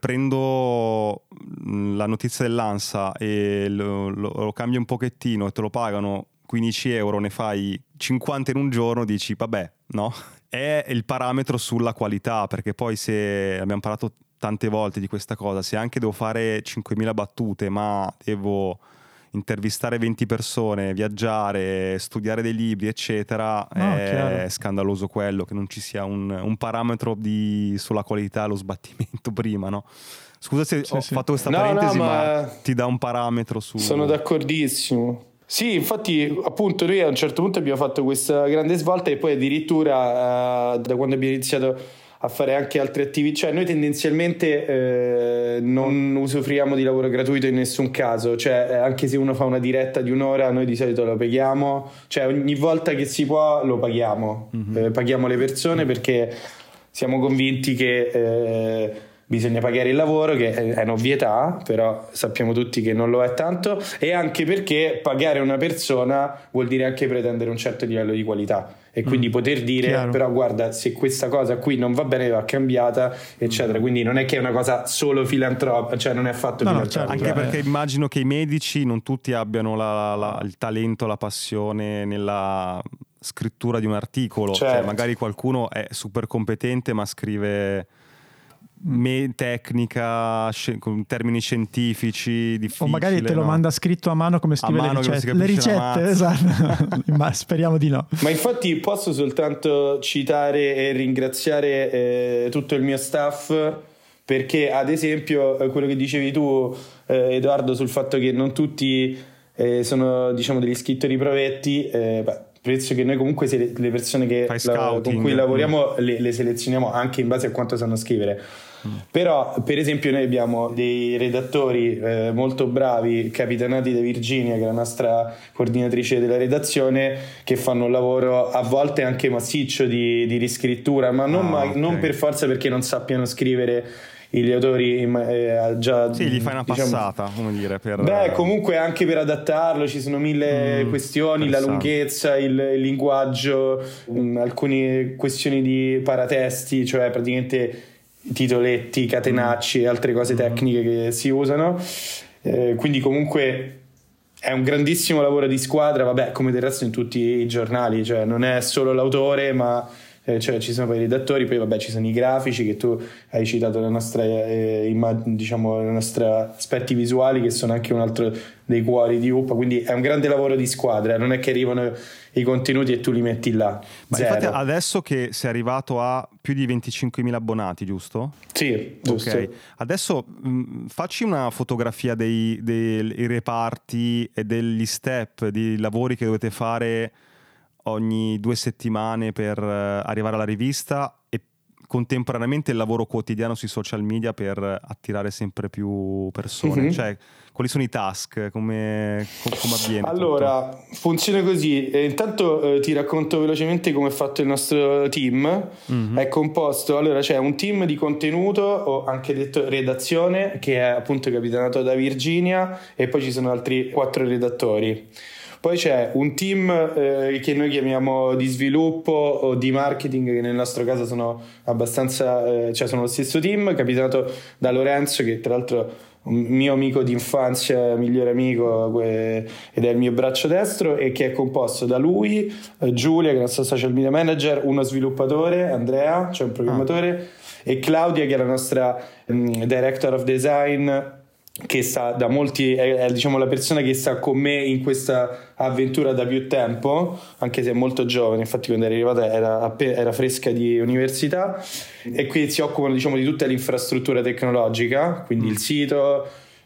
prendo la notizia dell'ANSA e lo, lo, lo cambio un pochettino e te lo pagano quindici euro, ne fai cinquanta in un giorno, dici vabbè, no? È il parametro sulla qualità, perché poi se abbiamo parlato tante volte di questa cosa, se anche devo fare cinquemila battute ma devo intervistare venti persone, viaggiare, studiare dei libri eccetera, no, è chiaro. Scandaloso quello che non ci sia un, un parametro di, sulla qualità, lo sbattimento prima, no? Scusa se sì, ho sì. fatto questa no, parentesi, no, ma... ma ti dà un parametro su... Sono d'accordissimo. Sì, infatti appunto noi a un certo punto abbiamo fatto questa grande svolta e poi addirittura uh, da quando abbiamo iniziato a fare anche altre attività, cioè noi tendenzialmente eh, non usufruiamo di lavoro gratuito in nessun caso, cioè anche se uno fa una diretta di un'ora noi di solito lo paghiamo, cioè ogni volta che si può lo paghiamo, mm-hmm. eh, paghiamo le persone perché siamo convinti che eh, bisogna pagare il lavoro, che è un'ovvietà, però sappiamo tutti che non lo è tanto, e anche perché pagare una persona vuol dire anche pretendere un certo livello di qualità e quindi mm, poter dire chiaro. Però guarda, se questa cosa qui non va bene va cambiata eccetera, mm. quindi non è che è una cosa solo filantropica, cioè non è affatto no, filantropica. No, certo, anche perché eh. immagino che i medici non tutti abbiano la, la, il talento, la passione nella scrittura di un articolo, certo. Cioè magari qualcuno è super competente ma scrive me tecnica con termini scientifici difficili, o magari te lo no? manda scritto a mano come scrive le ricette, le ricette esatto. Ma speriamo di no. Ma infatti posso soltanto citare e ringraziare eh, tutto il mio staff, perché ad esempio quello che dicevi tu eh, Edoardo sul fatto che non tutti eh, sono diciamo degli scrittori provetti, eh, beh, penso che noi comunque se le persone che la, con cui lavoriamo mm. le, le selezioniamo anche in base a quanto sanno scrivere. Mm. Però per esempio noi abbiamo dei redattori eh, molto bravi, capitanati da Virginia, che è la nostra coordinatrice della redazione, che fanno un lavoro a volte anche massiccio di, di riscrittura, ma non, ah, ma, okay. non per forza perché non sappiano scrivere gli autori eh, già sì, gli fai una diciamo, passata, come dire, per... beh comunque anche per adattarlo ci sono mille mm, questioni, la lunghezza, il, il linguaggio, mh, alcune questioni di paratesti, cioè praticamente titoletti, catenacci e altre cose tecniche che si usano, eh, quindi comunque è un grandissimo lavoro di squadra, vabbè, come del resto in tutti i giornali, cioè non è solo l'autore ma eh, cioè ci sono poi i redattori, poi vabbè ci sono i grafici che tu hai citato, la nostra eh, immag- diciamo i nostri aspetti visuali che sono anche un altro dei cuori di Uppa, quindi è un grande lavoro di squadra, non è che arrivano i contenuti e tu li metti là. Ma zero. Infatti adesso che sei arrivato a più di venticinquemila abbonati, giusto? Sì, giusto. Ok, adesso mh, facci una fotografia dei, dei reparti e degli step, di lavori che dovete fare ogni due settimane per uh, arrivare alla rivista e contemporaneamente il lavoro quotidiano sui social media per attirare sempre più persone. Mm-hmm. Cioè, quali sono i task? Come, come avviene? Allora, tutto? Funziona così. Eh, intanto eh, ti racconto velocemente come è fatto il nostro team. Mm-hmm. È composto, allora c'è un team di contenuto, o anche detto redazione, che è appunto capitanato da Virginia, e poi ci sono altri quattro redattori. Poi c'è un team eh, che noi chiamiamo di sviluppo o di marketing, che nel nostro caso sono abbastanza, eh, cioè sono lo stesso team, capitato da Lorenzo, che tra l'altro un mio amico d'infanzia, migliore amico, ed è il mio braccio destro, e che è composto da lui, Giulia che è il nostro social media manager, uno sviluppatore, Andrea, cioè un programmatore, ah. e Claudia che è la nostra um, director of design, che sta da molti, è, è diciamo la persona che sta con me in questa avventura da più tempo, anche se è molto giovane, infatti quando è arrivata era, appena, era fresca di università, e qui si occupano diciamo di tutta l'infrastruttura tecnologica, quindi mm. il sito,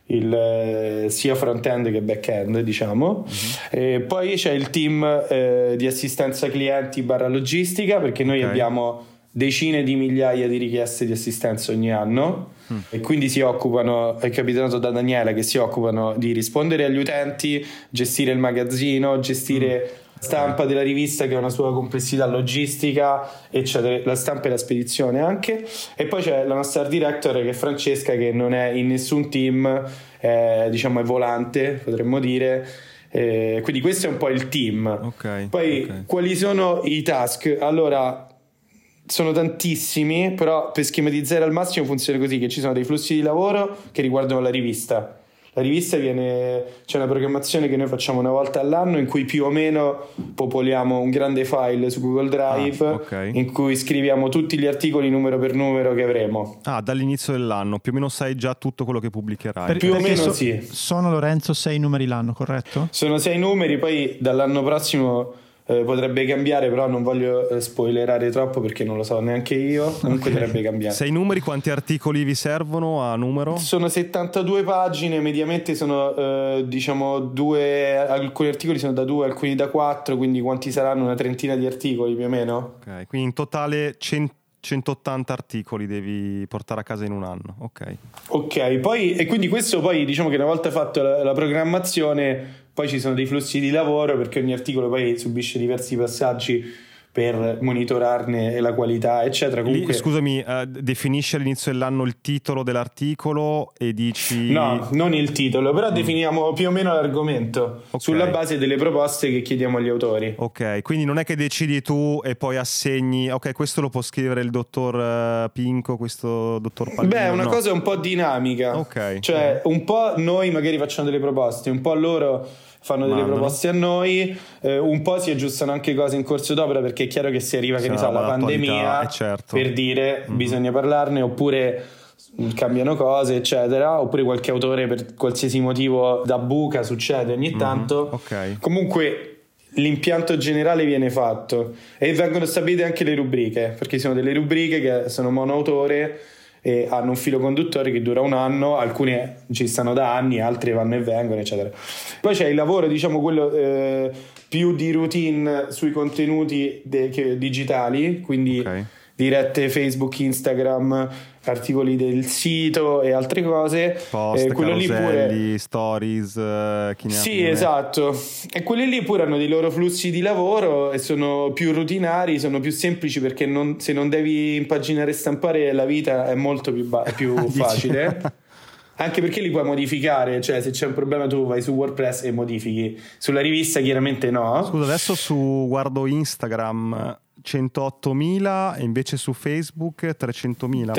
il, sia front-end che back-end diciamo. Mm-hmm. E poi c'è il team eh, di assistenza clienti barra logistica, perché noi okay. abbiamo decine di migliaia di richieste di assistenza ogni anno, mm. e quindi si occupano, è capitato da Daniela, che si occupano di rispondere agli utenti, gestire il magazzino, gestire mm. la stampa della rivista, che ha una sua complessità logistica, eccetera, la stampa e la spedizione anche. E poi c'è la nostra art director, che è Francesca, che non è in nessun team, è, diciamo è volante, potremmo dire. Eh, quindi questo è un po' il team. Okay, poi okay. quali sono i task? Allora, sono tantissimi, però per schematizzare al massimo funziona così, che ci sono dei flussi di lavoro che riguardano la rivista. La rivista viene, c'è una programmazione che noi facciamo una volta all'anno, in cui più o meno popoliamo un grande file su Google Drive, ah, okay. in cui scriviamo tutti gli articoli numero per numero che avremo. Ah, dall'inizio dell'anno più o meno sai già tutto quello che pubblicherai. Per, più o meno so, sì. Sono, Lorenzo, sei numeri l'anno, corretto? Sono sei numeri, poi dall'anno prossimo Eh, potrebbe cambiare, però non voglio eh, spoilerare troppo perché non lo so neanche io. Comunque okay. potrebbe cambiare. Sei numeri, quanti articoli vi servono a numero? Sono settantadue pagine, mediamente sono eh, diciamo due, alcuni articoli sono da due, alcuni da quattro, quindi quanti saranno? Una trentina di articoli più o meno. Ok, quindi in totale cento centottanta articoli devi portare a casa in un anno. Ok. Ok, poi e quindi questo poi diciamo che una volta fatto la, la programmazione, poi ci sono dei flussi di lavoro, perché ogni articolo poi subisce diversi passaggi per monitorarne la qualità, eccetera. Comunque, Lì, scusami, uh, definisci all'inizio dell'anno il titolo dell'articolo e dici... No, non il titolo, però mm. definiamo più o meno l'argomento, okay. sulla base delle proposte che chiediamo agli autori. Ok, quindi non è che decidi tu e poi assegni, ok, questo lo può scrivere il dottor Pinco, questo dottor Pallino. Beh, è una no. cosa un po' dinamica, ok. Cioè un po' noi magari facciamo delle proposte, un po' loro fanno delle Mandano. proposte a noi, eh, un po' si aggiustano anche cose in corso d'opera, perché è chiaro che se arriva, che ne so, la pandemia, certo. per dire mm-hmm. bisogna parlarne, oppure cambiano cose, eccetera, oppure qualche autore per qualsiasi motivo da buca, succede ogni mm-hmm. tanto. Okay. Comunque l'impianto generale viene fatto e vengono stabilite anche le rubriche, perché sono delle rubriche che sono monoautore e hanno un filo conduttore che dura un anno, alcune ci stanno da anni, altre vanno e vengono, eccetera. Poi c'è il lavoro, diciamo quello eh, più di routine sui contenuti de- che, digitali, quindi okay. dirette Facebook, Instagram, articoli del sito e altre cose. Post, eh, quello lì pure stories, eh, chi ne sì, esatto. E quelli lì pure hanno dei loro flussi di lavoro e sono più routinari, sono più semplici, perché non, se non devi impaginare e stampare, la vita è molto più, ba- più facile. Anche perché li puoi modificare, cioè se c'è un problema tu vai su WordPress e modifichi. Sulla rivista chiaramente no. Scusa, adesso su guardo Instagram centoottomila e invece su Facebook trecentomila.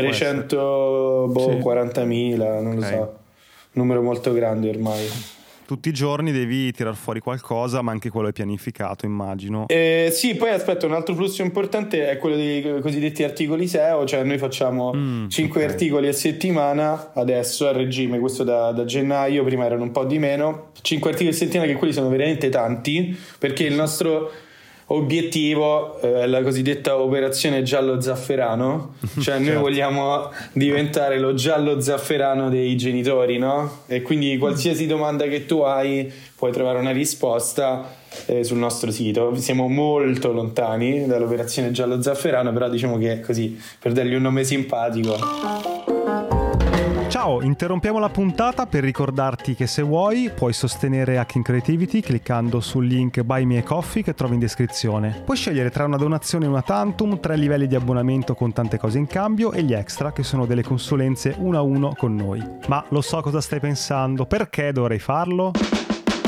trecentoquarantamila, sì. non okay. lo so. Numero molto grande ormai. Tutti i giorni devi tirar fuori qualcosa, ma anche quello è pianificato, immagino. Eh, sì, poi aspetta, un altro flusso importante è quello dei cosiddetti articoli S E O, cioè noi facciamo mm, cinque okay. articoli a settimana adesso a regime, questo da, da gennaio, prima erano un po' di meno. cinque articoli a settimana, che quelli sono veramente tanti, perché il nostro obiettivo è eh, la cosiddetta operazione giallo zafferano, cioè noi certo. vogliamo diventare lo giallo zafferano dei genitori, no? E quindi qualsiasi domanda che tu hai puoi trovare una risposta eh, sul nostro sito. Siamo molto lontani dall'operazione giallo zafferano, però diciamo che così, per dargli un nome simpatico. Ciao, interrompiamo la puntata per ricordarti che se vuoi puoi sostenere Hacking Creativity cliccando sul link Buy Me a Coffee che trovi in descrizione. Puoi scegliere tra una donazione e una tantum, tre livelli di abbonamento con tante cose in cambio e gli extra, che sono delle consulenze uno a uno con noi. Ma lo so cosa stai pensando, perché dovrei farlo?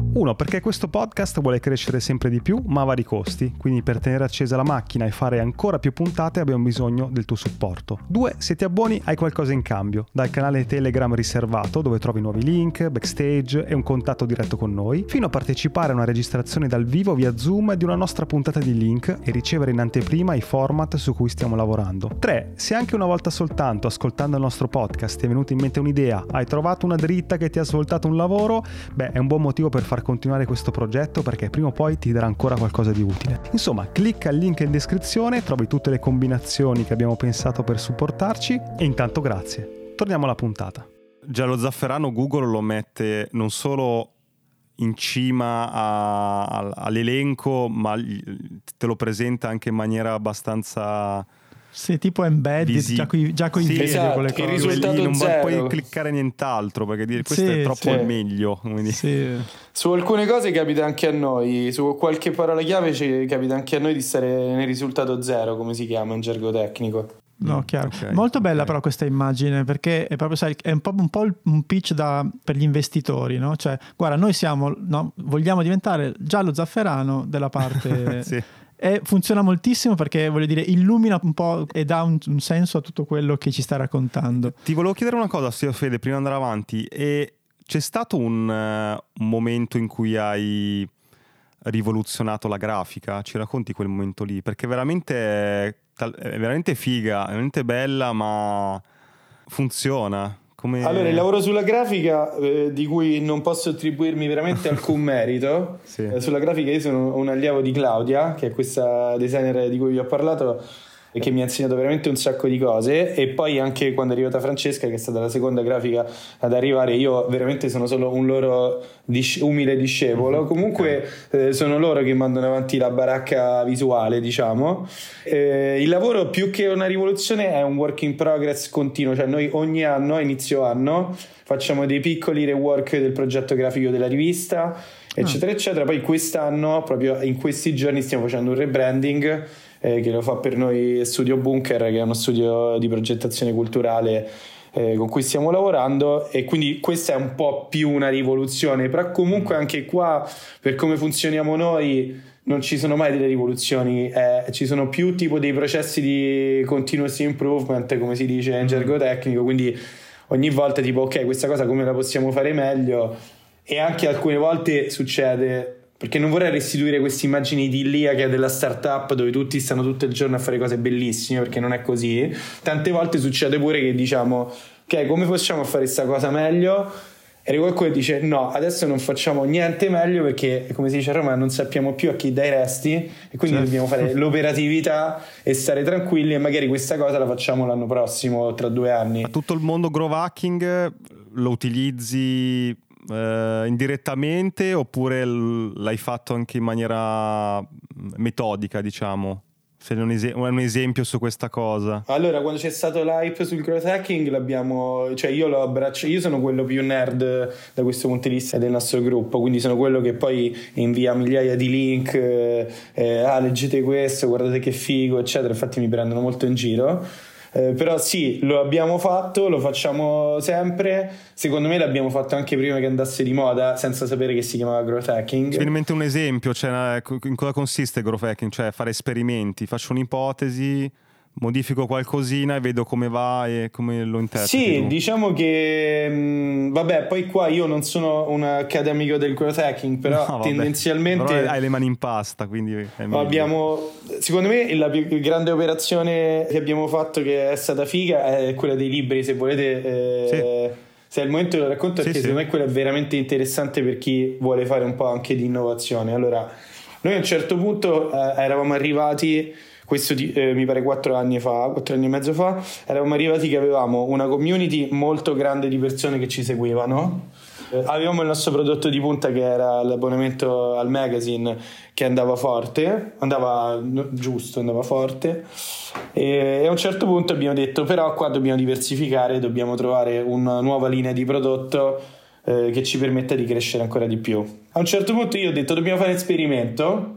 Uno, perché questo podcast vuole crescere sempre di più, ma a vari costi, quindi per tenere accesa la macchina e fare ancora più puntate abbiamo bisogno del tuo supporto. Due, se ti abboni hai qualcosa in cambio, dal canale Telegram riservato dove trovi nuovi link, backstage e un contatto diretto con noi, fino a partecipare a una registrazione dal vivo via Zoom di una nostra puntata di Link e ricevere in anteprima i format su cui stiamo lavorando. Tre, se anche una volta soltanto ascoltando il nostro podcast ti è venuta in mente un'idea, hai trovato una dritta che ti ha svoltato un lavoro, beh, è un buon motivo per far continuare questo progetto, perché prima o poi ti darà ancora qualcosa di utile. Insomma, clicca il link in descrizione, trovi tutte le combinazioni che abbiamo pensato per supportarci e intanto grazie. Torniamo alla puntata. Giallo Zafferano Google lo mette non solo in cima a, a, all'elenco, ma te lo presenta anche in maniera abbastanza... Sì, tipo embedded, Visi- già coi, già coi sì, video, esatto, con le il cose. risultato Lì non zero. puoi cliccare nient'altro, perché dire questo Sì, è troppo sì. il meglio. Quindi... Sì. Su alcune cose capita anche a noi, su qualche parola chiave ci capita anche a noi di stare nel risultato zero, come si chiama in gergo tecnico. No, chiaro. Ok, Molto bella ok. però questa immagine, perché è proprio, sai, è un po', un, po' il- un pitch da, per gli investitori, no? Cioè, guarda, noi siamo, no, vogliamo diventare Giallo Zafferano della parte... Sì. E funziona moltissimo perché, voglio dire, illumina un po' e dà un, un senso a tutto quello che ci sta raccontando. Ti volevo chiedere una cosa, Stefano Fede, prima di andare avanti. E c'è stato un, eh, un momento in cui hai rivoluzionato la grafica? Ci racconti quel momento lì? Perché veramente è, tal- è veramente figa, è veramente bella, ma funziona. Come... Allora, il lavoro sulla grafica, eh, di cui non posso attribuirmi veramente alcun merito. Sì. Eh, sulla grafica io sono un allievo di Claudia, che è questa designer di cui vi ho parlato e che mi ha insegnato veramente un sacco di cose. E poi anche quando è arrivata Francesca, che è stata la seconda grafica ad arrivare, io veramente sono solo un loro dis- umile discepolo. Comunque eh, sono loro che mandano avanti la baracca visuale, diciamo. Eh, il lavoro, più che una rivoluzione, è un work in progress continuo, cioè noi ogni anno, a inizio anno, facciamo dei piccoli rework del progetto grafico della rivista, eccetera, eccetera. Poi quest'anno, proprio in questi giorni, stiamo facendo un rebranding eh, che lo fa per noi Studio Bunker, che è uno studio di progettazione culturale eh, con cui stiamo lavorando, e quindi questa è un po' più una rivoluzione, però comunque anche qua, per come funzioniamo noi, non ci sono mai delle rivoluzioni, eh, ci sono più tipo dei processi di continuous improvement, come si dice in gergo tecnico, quindi ogni volta tipo ok, questa cosa come la possiamo fare meglio. E anche alcune volte succede, perché non vorrei restituire queste immagini idilliache della startup dove tutti stanno tutto il giorno a fare cose bellissime, perché non è così. Tante volte succede pure che diciamo ok, come facciamo a fare questa cosa meglio? E qualcuno dice no, adesso non facciamo niente meglio perché, come si dice a Roma, non sappiamo più a chi dai resti, e quindi Certo. dobbiamo fare l'operatività e stare tranquilli, e magari questa cosa la facciamo l'anno prossimo, tra due anni. Ma tutto il mondo growth hacking lo utilizzi eh, indirettamente, oppure l- l'hai fatto anche in maniera metodica, diciamo? Se un, es- un esempio su questa cosa. Allora, quando c'è stato l'hype sul growth hacking, l'abbiamo, cioè io lo abbraccio, io sono quello più nerd da questo punto di vista del nostro gruppo, quindi sono quello che poi invia migliaia di link, eh, eh, ah, leggete questo, guardate che figo, eccetera. Infatti mi prendono molto in giro. Eh, però sì, lo abbiamo fatto, lo facciamo sempre. Secondo me l'abbiamo fatto anche prima che andasse di moda, senza sapere che si chiamava growth hacking. Ci viene in mente un esempio, cioè, in cosa consiste il growth hacking? Cioè fare esperimenti, faccio un'ipotesi, modifico qualcosina e vedo come va e come lo interpreti. Sì, tu. diciamo che mh, vabbè, poi qua io non sono un accademico del growth hacking, però No, vabbè. tendenzialmente Però hai le mani in pasta, quindi è meglio. abbiamo, secondo me la più grande operazione che abbiamo fatto, che è stata figa, è quella dei libri. Se volete eh, se è il momento lo racconto, perché Sì, secondo sì. me quello è veramente interessante per chi vuole fare un po' anche di innovazione. Allora, noi a un certo punto eh, eravamo arrivati, questo di, eh, mi pare quattro anni fa, quattro anni e mezzo fa, eravamo arrivati che avevamo una community molto grande di persone che ci seguivano. Eh, avevamo il nostro prodotto di punta, che era l'abbonamento al magazine, che andava forte, andava no, giusto, andava forte, e, e a un certo punto abbiamo detto però qua dobbiamo diversificare, dobbiamo trovare una nuova linea di prodotto eh, che ci permetta di crescere ancora di più. A un certo punto io ho detto dobbiamo fare un esperimento,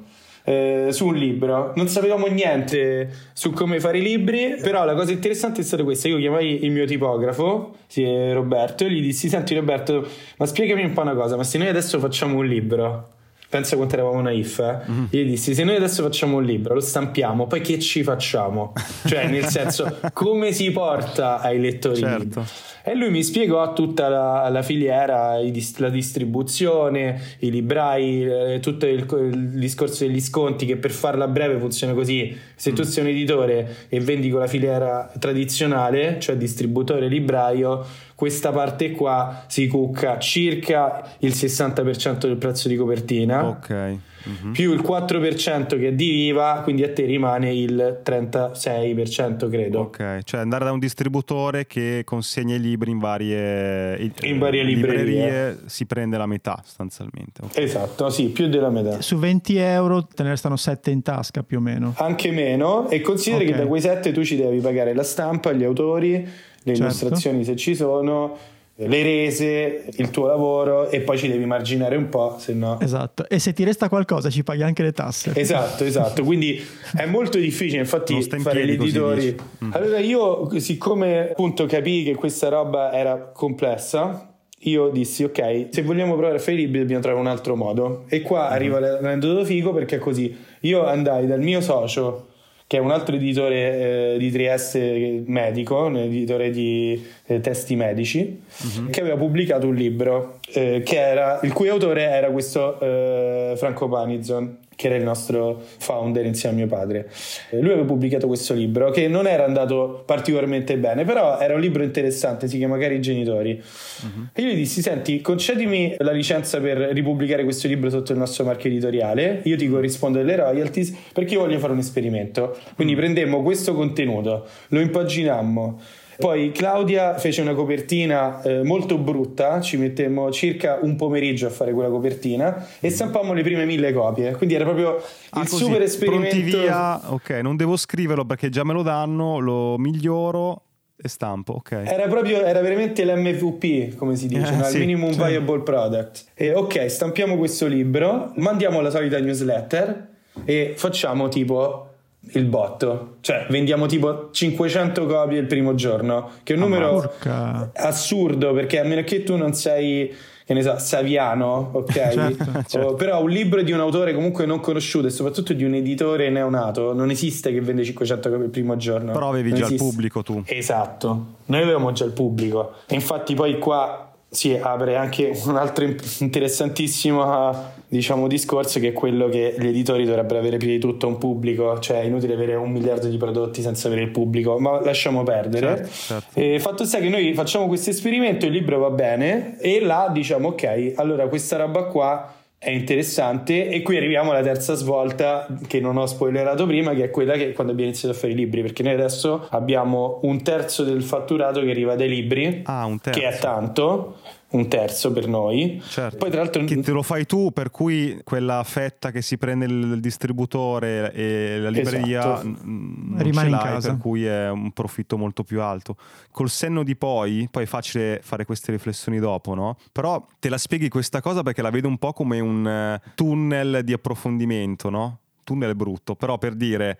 eh, su un libro. Non sapevamo niente su come fare i libri, però la cosa interessante è stata questa: io chiamai il mio tipografo, sì, Roberto, e gli dissi: senti Roberto, ma spiegami un po' una cosa, ma se noi adesso facciamo un libro, pensa quanto eravamo naif, eh? Mm-hmm. Io gli dissi: se noi adesso facciamo un libro, lo stampiamo, poi che ci facciamo? Cioè, nel senso, come si porta ai lettori? Certo. E lui mi spiegò tutta la, la filiera, i, la distribuzione, i librai, eh, tutto il, il discorso degli sconti, che per farla breve funziona così: se tu sei un editore e vendi con la filiera tradizionale, cioè distributore libraio, questa parte qua si cucca circa il sessanta per cento del prezzo di copertina, ok, mm-hmm. più il quattro per cento che è di I V A, quindi a te rimane il trentasei per cento, credo. Ok, cioè andare da un distributore che consegna i libri in varie, in varie librerie. librerie si prende la metà sostanzialmente. Okay. Esatto, sì, più della metà. Su venti euro te ne restano sette in tasca più o meno. Anche meno, e consideri okay. che da quei sette tu ci devi pagare la stampa, gli autori, le certo. illustrazioni se ci sono, le rese, il tuo lavoro, e poi ci devi marginare un po', se no. Esatto, e se ti resta qualcosa ci paghi anche le tasse. Esatto, esatto, quindi è molto difficile infatti fare gli editori. Mm. Allora io, siccome appunto capii che questa roba era complessa, io dissi: ok, se vogliamo provare a fare i libri dobbiamo trovare un altro modo. E qua mm. arriva l'aneddoto figo, perché è così: io andai dal mio socio, che è un altro editore eh, di Trieste, medico, un editore di eh, testi medici, mm-hmm. che aveva pubblicato un libro eh, che era, il cui autore era questo eh, Franco Panizon, che era il nostro founder insieme a mio padre. Eh, lui aveva pubblicato questo libro che non era andato particolarmente bene, però era un libro interessante, si chiama Cari Genitori. Uh-huh. E io gli dissi: senti, concedimi la licenza per ripubblicare questo libro sotto il nostro marchio editoriale, io ti corrispondo delle royalties, perché io voglio fare un esperimento. Quindi uh-huh. prendemmo questo contenuto, lo impaginammo. Poi Claudia fece una copertina eh, molto brutta, ci mettemmo circa un pomeriggio a fare quella copertina e stampammo le prime mille copie, quindi era proprio ah, il così, super esperimento. Pronti via, ok, non devo scriverlo perché già me lo danno, lo miglioro e stampo, ok. Era proprio, era veramente l'M V P, come si dice, eh, no? sì, il minimum cioè. viable product. E ok, stampiamo questo libro, mandiamo la solita newsletter e facciamo tipo il botto, cioè vendiamo tipo cinquecento copie il primo giorno, che è un numero ah, assurdo, perché a meno che tu non sei, che ne so, Saviano, ok? certo, certo. Oh, però un libro di un autore comunque non conosciuto e soprattutto di un editore neonato non esiste che vende cinquecento copie il primo giorno. Però avevi non già esiste. Il pubblico tu. Esatto, noi avevamo già il pubblico e infatti poi qua si apre anche un altro interessantissimo, diciamo, discorso, che è quello che gli editori dovrebbero avere prima di tutto un pubblico, cioè è inutile avere un miliardo di prodotti senza avere il pubblico, ma lasciamo perdere. Certo, certo. E fatto sta che noi facciamo questo esperimento, il libro va bene e là diciamo ok, allora questa roba qua è interessante, e qui arriviamo alla terza svolta che non ho spoilerato prima, che è quella che quando abbiamo iniziato a fare i libri, perché noi adesso abbiamo un terzo del fatturato che arriva dai libri, ah, un terzo. che è tanto, un terzo per noi. Certo. Poi tra l'altro che te lo fai tu, per cui quella fetta che si prende il distributore e la libreria esatto. n- non rimane ce in l'hai, casa, per cui è un profitto molto più alto. Col senno di poi, poi è facile fare queste riflessioni dopo, no? Però te la spieghi questa cosa perché la vedo un po' come un tunnel di approfondimento, no? Tunnel brutto, però per dire,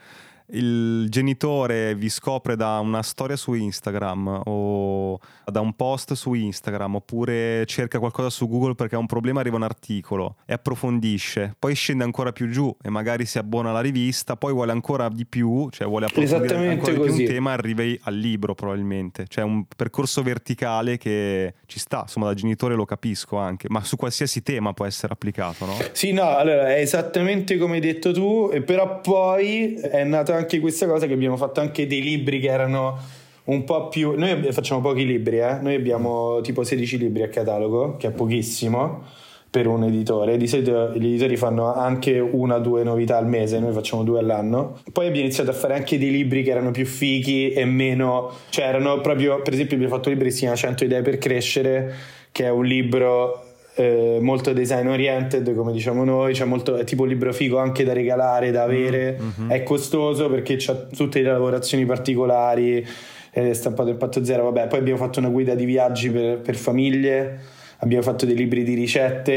il genitore vi scopre da una storia su Instagram o da un post su Instagram, oppure cerca qualcosa su Google perché ha un problema, arriva un articolo e approfondisce, poi scende ancora più giù e magari si abbona alla rivista, poi vuole ancora di più, cioè vuole approfondire ancora di più un tema, arrivi al libro probabilmente, cioè un percorso verticale che ci sta, insomma, da genitore lo capisco anche, ma su qualsiasi tema può essere applicato, no? Sì, no, allora è esattamente come hai detto tu, però poi è nata anche questa cosa che abbiamo fatto anche dei libri che erano un po' più, noi facciamo pochi libri, eh? Noi abbiamo tipo sedici libri a catalogo, che è pochissimo per un editore, di solito gli editori fanno anche una o due novità al mese, noi facciamo due all'anno. Poi abbiamo iniziato a fare anche dei libri che erano più fighi e meno, cioè erano proprio, per esempio abbiamo fatto un libro che si chiama cento idee per crescere, che è un libro Eh, molto design oriented, come diciamo noi, cioè molto, è tipo un libro figo anche da regalare, da avere, mm-hmm. È costoso perché c'ha tutte le lavorazioni particolari, è stampato in impatto zero, vabbè. Poi abbiamo fatto una guida di viaggi per, per famiglie, abbiamo fatto dei libri di ricette,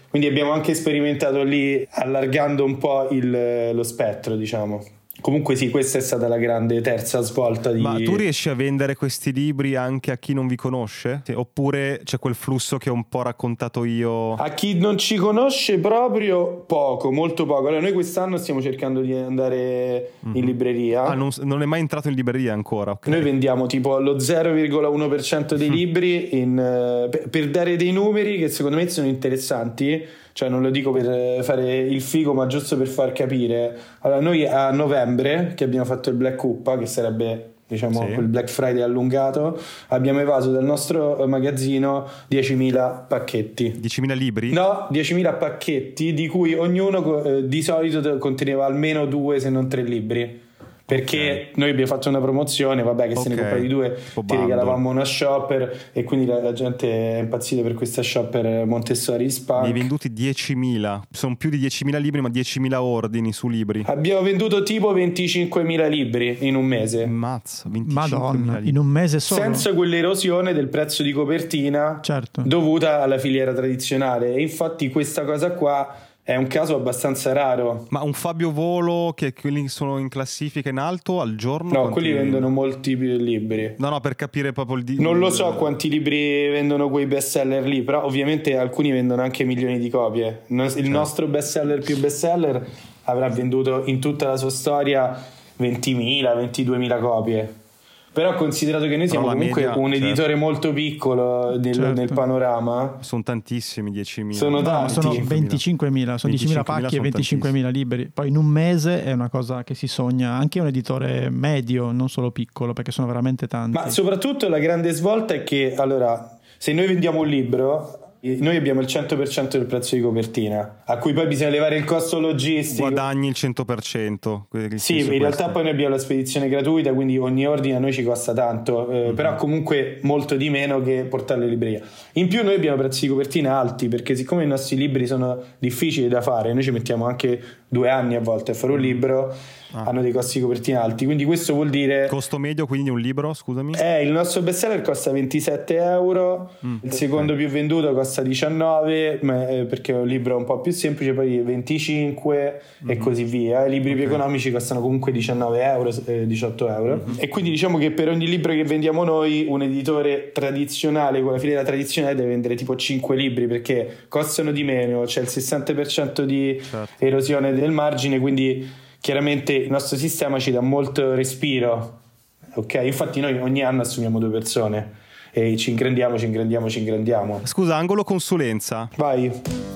Quindi abbiamo anche sperimentato lì, allargando un po' il, lo spettro, diciamo. Comunque sì, questa è stata la grande terza svolta di... Ma tu riesci a vendere questi libri anche a chi non vi conosce? Oppure c'è quel flusso che ho un po' raccontato io? A chi non ci conosce proprio poco, molto poco. Allora noi quest'anno stiamo cercando di andare mm-hmm. in libreria. Ah, non, non è mai entrato in libreria ancora? Okay. Noi vendiamo tipo lo zero virgola uno per cento dei libri in, per, per dare dei numeri che secondo me sono interessanti. Cioè non lo dico per fare il figo, ma giusto per far capire. Allora noi a novembre, che abbiamo fatto il Black Uppa, che sarebbe diciamo sì. quel Black Friday allungato, abbiamo evaso dal nostro magazzino diecimila pacchetti. diecimila libri? No, diecimila pacchetti, di cui ognuno eh, di solito conteneva almeno due se non tre libri. Perché okay. noi abbiamo fatto una promozione, vabbè, che okay. se ne comprati due tipo ti regalavamo una shopper, e quindi la, la gente è impazzita per questa shopper Montessori Spunk. Ne hai venduti diecimila, sono più di diecimila libri, ma diecimila ordini su libri. Abbiamo venduto tipo venticinquemila libri in un mese. Mazza, Madonna, libri. In un mese solo? Senza quell'erosione del prezzo di copertina certo. dovuta alla filiera tradizionale. E infatti questa cosa qua è un caso abbastanza raro. Ma un Fabio Volo, che quelli sono in classifica in alto al giorno? No, quelli vendono molti più libri. No, no, per capire proprio il... Di... Non lo so quanti libri vendono quei bestseller lì, però ovviamente alcuni vendono anche milioni di copie. Il certo. nostro bestseller più bestseller avrà venduto in tutta la sua storia ventimila, ventiduemila copie. Però considerato che noi siamo no, comunque media, un editore certo. molto piccolo nel, certo. nel panorama, sono tantissimi, diecimila. Sono tanti. No, sono venticinquemila, sono diecimila pacchi e venticinquemila libri. Poi in un mese è una cosa che si sogna anche un editore medio, non solo piccolo, perché sono veramente tanti. Ma soprattutto la grande svolta è che, allora, se noi vendiamo un libro, noi abbiamo il cento per cento del prezzo di copertina, a cui poi bisogna levare il costo logistico. Guadagni il cento per cento. Sì, in realtà questo. Poi noi abbiamo la spedizione gratuita, quindi ogni ordine a noi ci costa tanto, eh, mm-hmm. però comunque molto di meno che portarlo in libreria. In più noi abbiamo prezzi di copertina alti, perché siccome i nostri libri sono difficili da fare, noi ci mettiamo anche due anni a volte a fare un libro, ah. hanno dei costi di copertina alti, quindi questo vuol dire... Costo medio quindi un libro, scusami? Eh, il nostro bestseller costa ventisette euro, mm, il secondo okay. più venduto costa diciannove, ma, eh, perché è un libro un po' più semplice, poi venticinque mm-hmm. e così via. I libri okay. più economici costano comunque diciannove euro, eh, diciotto euro, mm-hmm. e quindi diciamo che per ogni libro che vendiamo noi, un editore tradizionale con la filiera tradizionale deve vendere tipo cinque libri, perché costano di meno, c'è il sessanta per cento di certo. erosione del margine, quindi chiaramente il nostro sistema ci dà molto respiro, ok? Infatti noi ogni anno assumiamo due persone e ci ingrandiamo, ci ingrandiamo, ci ingrandiamo. Scusa, angolo consulenza. Vai.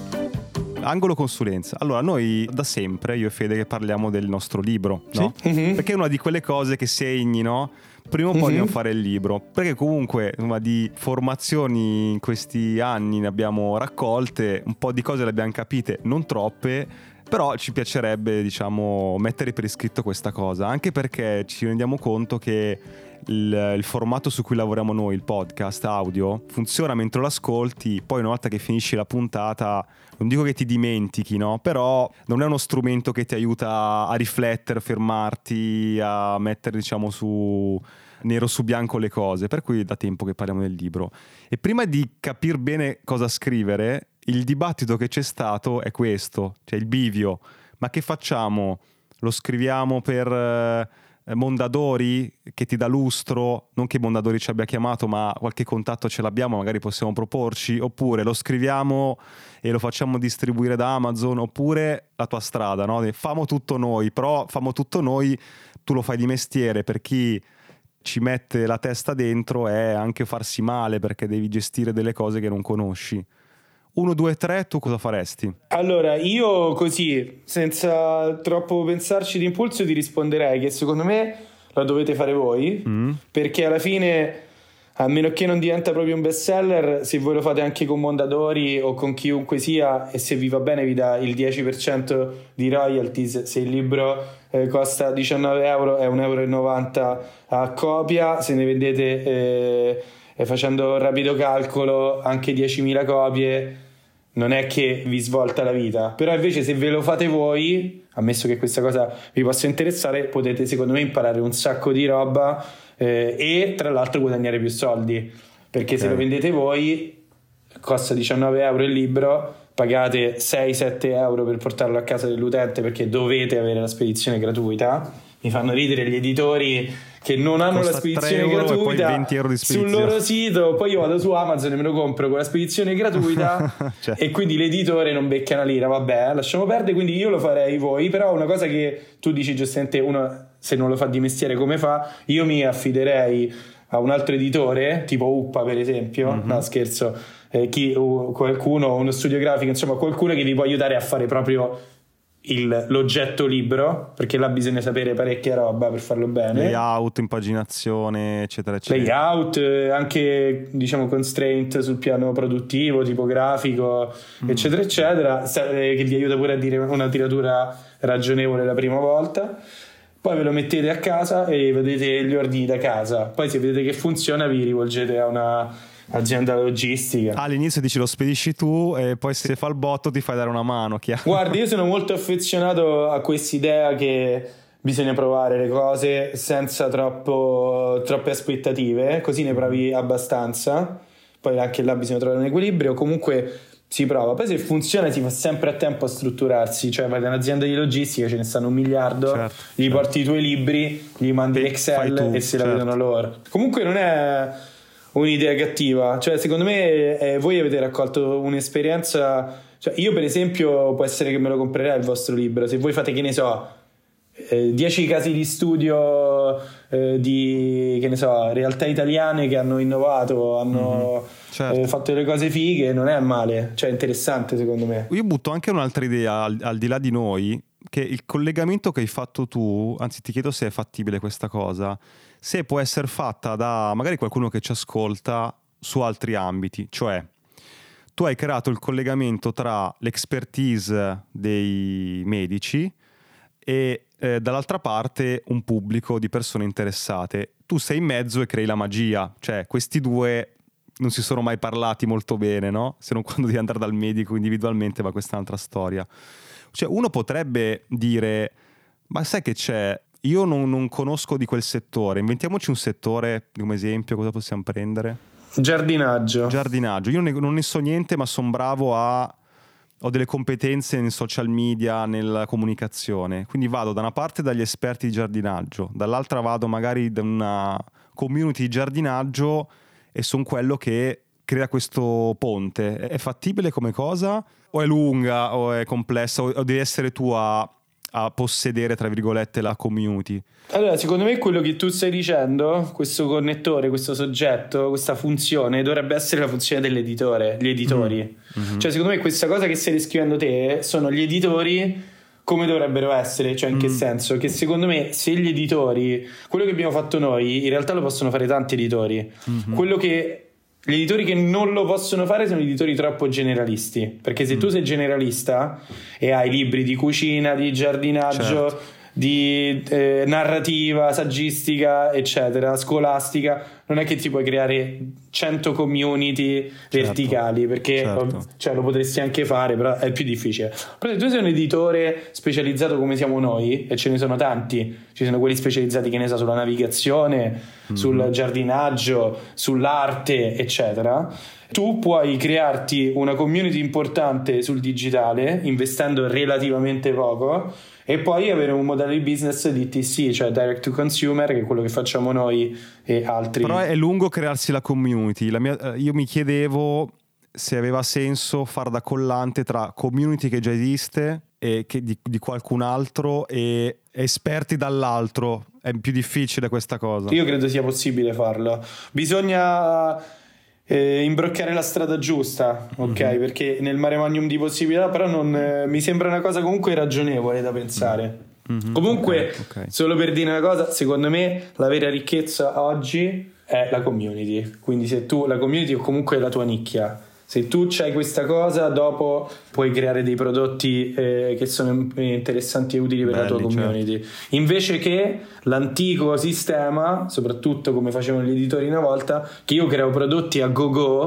Angolo consulenza. Allora, noi da sempre, io e Fede, che parliamo del nostro libro, no? Sì. Mm-hmm. Perché è una di quelle cose che segni, no? Prima o poi mm-hmm. dobbiamo fare il libro, perché comunque insomma, di formazioni in questi anni ne abbiamo raccolte, un po' di cose le abbiamo capite, non troppe, però ci piacerebbe, diciamo, mettere per iscritto questa cosa, anche perché ci rendiamo conto che il, il formato su cui lavoriamo noi, il podcast audio, funziona mentre lo ascolti, poi una volta che finisci la puntata non dico che ti dimentichi, no? Però non è uno strumento che ti aiuta a riflettere, a fermarti, a mettere, diciamo, su nero su bianco le cose, per cui da tempo che parliamo del libro. E prima di capire bene cosa scrivere, il dibattito che c'è stato è questo, cioè il bivio. Ma che facciamo? Lo scriviamo per eh, Mondadori, che ti dà lustro, non che Mondadori ci abbia chiamato, ma qualche contatto ce l'abbiamo, magari possiamo proporci, oppure lo scriviamo e lo facciamo distribuire da Amazon, oppure la tua strada, no? Famo tutto noi, però famo tutto noi, tu lo fai di mestiere, per chi ci mette la testa dentro è anche farsi male, perché devi gestire delle cose che non conosci. Uno, due, tre, tu cosa faresti? Allora, io così, senza troppo pensarci d'impulso, ti risponderei che secondo me lo dovete fare voi, mm. perché alla fine, a meno che non diventa proprio un bestseller, se voi lo fate anche con Mondadori o con chiunque sia, e se vi va bene vi dà il dieci per cento di royalties. Se il libro eh, costa diciannove euro è un euro e novanta a copia, se ne vendete eh, facendo un rapido calcolo anche diecimila copie, non è che vi svolta la vita. Però invece se ve lo fate voi, ammesso che questa cosa vi possa interessare, potete secondo me imparare un sacco di roba eh, e tra l'altro guadagnare più soldi, perché okay. se lo vendete voi costa diciannove euro il libro, pagate sei sette euro per portarlo a casa dell'utente perché dovete avere la spedizione gratuita. Mi fanno ridere gli editori che non hanno Costa la spedizione tre euro gratuita e poi venti euro di spedizione sul loro sito, poi io vado su Amazon e me lo compro con la spedizione gratuita cioè. E quindi l'editore non becca una lira. Vabbè, lasciamo perdere, quindi io lo farei voi. Però una cosa che tu dici giustamente, uno se non lo fa di mestiere come fa, io mi affiderei a un altro editore tipo Uppa per esempio, mm-hmm. no scherzo, eh, chi, uh, qualcuno, uno studio grafico, insomma qualcuno che vi può aiutare a fare proprio il, l'oggetto libro, perché là bisogna sapere parecchia roba per farlo bene, layout, impaginazione eccetera eccetera, layout, anche diciamo constraint sul piano produttivo, tipografico mm. eccetera eccetera, che vi aiuta pure a dire una tiratura ragionevole la prima volta. Poi ve lo mettete a casa e vedete gli ordini da casa. Poi se vedete che funziona vi rivolgete a una azienda logistica. All'inizio dici lo spedisci tu e poi se fa il botto ti fai dare una mano. Guardi, io sono molto affezionato a quest'idea che bisogna provare le cose senza troppo, troppe aspettative, così ne provi abbastanza. Poi anche là bisogna trovare un equilibrio. Comunque si prova, poi se funziona si fa sempre a tempo a strutturarsi, cioè vai da un'azienda di logistica, ce ne stanno un miliardo, certo, gli certo. porti i tuoi libri, gli mandi l'Excel tu, e se certo. la vedono loro. Comunque non è un'idea cattiva, cioè secondo me eh, voi avete raccolto un'esperienza, cioè io per esempio può essere che me lo comprerei il vostro libro, se voi fate che ne so eh, dieci casi di studio eh, di che ne so realtà italiane che hanno innovato, hanno mm-hmm. certo. eh, fatto delle cose fighe, non è male, cioè è interessante secondo me. Io butto anche un'altra idea al, al di là di noi, che il collegamento che hai fatto tu, anzi ti chiedo se è fattibile questa cosa, se può essere fatta da magari qualcuno che ci ascolta su altri ambiti, cioè tu hai creato il collegamento tra l'expertise dei medici e eh, dall'altra parte un pubblico di persone interessate. Tu sei in mezzo e crei la magia, cioè questi due non si sono mai parlati molto bene, no? Se non quando devi andare dal medico individualmente, ma questa è un'altra storia. Cioè uno potrebbe dire, ma sai che c'è? Io non, non conosco di quel settore, inventiamoci un settore come esempio, cosa possiamo prendere? Giardinaggio. Giardinaggio, io non ne, non ne so niente, ma sono bravo a... ho delle competenze in social media, nella comunicazione, quindi vado da una parte dagli esperti di giardinaggio, dall'altra vado magari da una community di giardinaggio e sono quello che crea questo ponte. È fattibile come cosa? O è lunga, o è complessa, o devi essere tu a, a possedere, tra virgolette, la community? Allora, secondo me quello che tu stai dicendo, questo connettore, questo soggetto, questa funzione dovrebbe essere la funzione dell'editore, gli editori. Mm-hmm. Cioè secondo me questa cosa che stai descrivendo te sono gli editori come dovrebbero essere, cioè in mm. che senso? Che secondo me se gli editori, quello che abbiamo fatto noi, in realtà lo possono fare tanti editori. Mm-hmm. Quello che gli editori che non lo possono fare sono gli editori troppo generalisti, perché se mm. tu sei generalista e hai libri di cucina, di giardinaggio, certo. di eh, narrativa, saggistica, eccetera, scolastica, non è che ti puoi creare cento community certo. verticali, perché certo. cioè, lo potresti anche fare, però è più difficile. Però se tu sei un editore specializzato come siamo noi, e ce ne sono tanti, ci sono quelli specializzati che ne so sulla navigazione, mm-hmm. sul giardinaggio, sull'arte, eccetera, tu puoi crearti una community importante sul digitale investendo relativamente poco e poi avere un modello di business D T C, cioè direct to consumer, che è quello che facciamo noi e altri. Però è lungo crearsi la community. La mia, io mi chiedevo se aveva senso far da collante tra community che già esiste e che di, di qualcun altro e esperti dall'altro. È più difficile questa cosa. Io credo sia possibile farlo. Bisogna eh, imbroccare la strada giusta, ok? Mm-hmm. Perché nel mare magnum di possibilità, però non eh, mi sembra una cosa comunque ragionevole da pensare. Mm-hmm. Comunque, okay, okay. Solo per dire una cosa, secondo me la vera ricchezza oggi è la community. Quindi se tu, la community o comunque la tua nicchia, se tu c'hai questa cosa, dopo puoi creare dei prodotti eh, che sono interessanti e utili per Belli, la tua community, certo. Invece che l'antico sistema, soprattutto come facevano gli editori una volta, che io creo prodotti a go go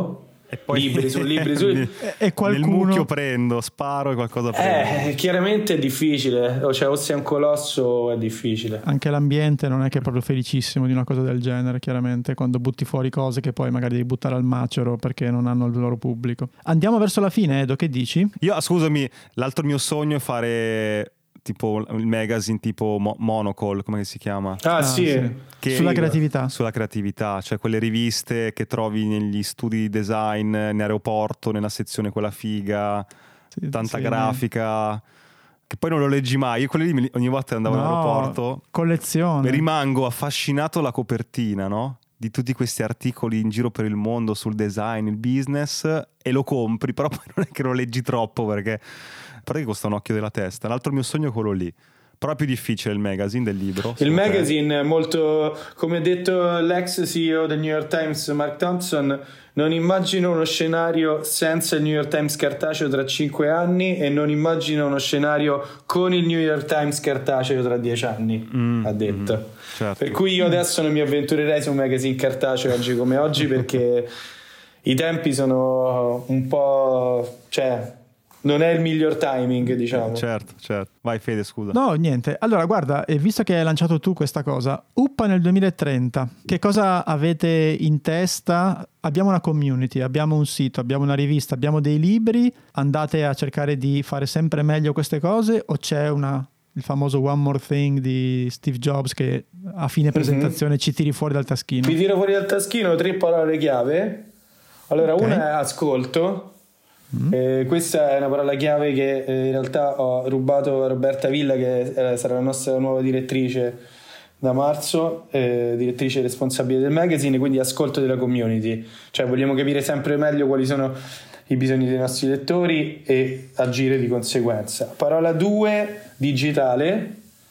E poi libri su libri su libri. E qualcuno... Nel mucchio prendo, sparo e qualcosa prendo. Eh, chiaramente è difficile, o cioè o sei un colosso o è difficile. Anche l'ambiente non è che è proprio felicissimo di una cosa del genere, chiaramente, quando butti fuori cose che poi magari devi buttare al macero perché non hanno il loro pubblico. Andiamo verso la fine, Edo, che dici? Io, scusami, l'altro mio sogno è fare tipo il magazine tipo Mo- Monocle, come si chiama? Ah, Ah, sì, sì. Che- Sulla creatività. Sulla creatività, cioè quelle riviste che trovi negli studi di design, in aeroporto, nella sezione quella figa, Sì, tanta sì. grafica, che poi non lo leggi mai. Io quelli lì me li- ogni volta che andavo No, in aeroporto collezione. rimango affascinato alla copertina, no? Di tutti questi articoli in giro per il mondo sul design, il business, e lo compri, però poi non è che lo leggi troppo perché, perché costa un occhio della testa. L'altro mio sogno è quello lì. Però è più difficile il magazine del libro. il magazine è molto, come ha detto l'ex C E O del New York Times Mark Thompson, non immagino uno scenario senza il New York Times cartaceo tra cinque anni e non immagino uno scenario con il New York Times cartaceo tra dieci anni, Mm, ha detto. mm, certo. Per cui io adesso non mi avventurerei su un magazine cartaceo oggi come oggi perché i tempi sono un po', cioè non è il miglior timing, diciamo. Certo, certo. Vai Fede, scusa. No, niente. Allora, guarda, e visto che hai lanciato tu questa cosa, Uppa nel duemilatrenta, che cosa avete in testa? Abbiamo una community, abbiamo un sito, abbiamo una rivista, abbiamo dei libri. Andate a cercare di fare sempre meglio queste cose o c'è una, il famoso One More Thing di Steve Jobs che a fine presentazione mm-hmm. ci tiri fuori dal taschino? Vi tiro fuori dal taschino tre parole chiave. Allora, okay. Una è ascolto. Mm. Eh, questa è una parola chiave che eh, in realtà ho rubato a Roberta Villa, che eh, sarà la nostra nuova direttrice da marzo, eh, direttrice responsabile del magazine, quindi ascolto della community, cioè vogliamo capire sempre meglio quali sono i bisogni dei nostri lettori e agire di conseguenza. Parola due, digitale.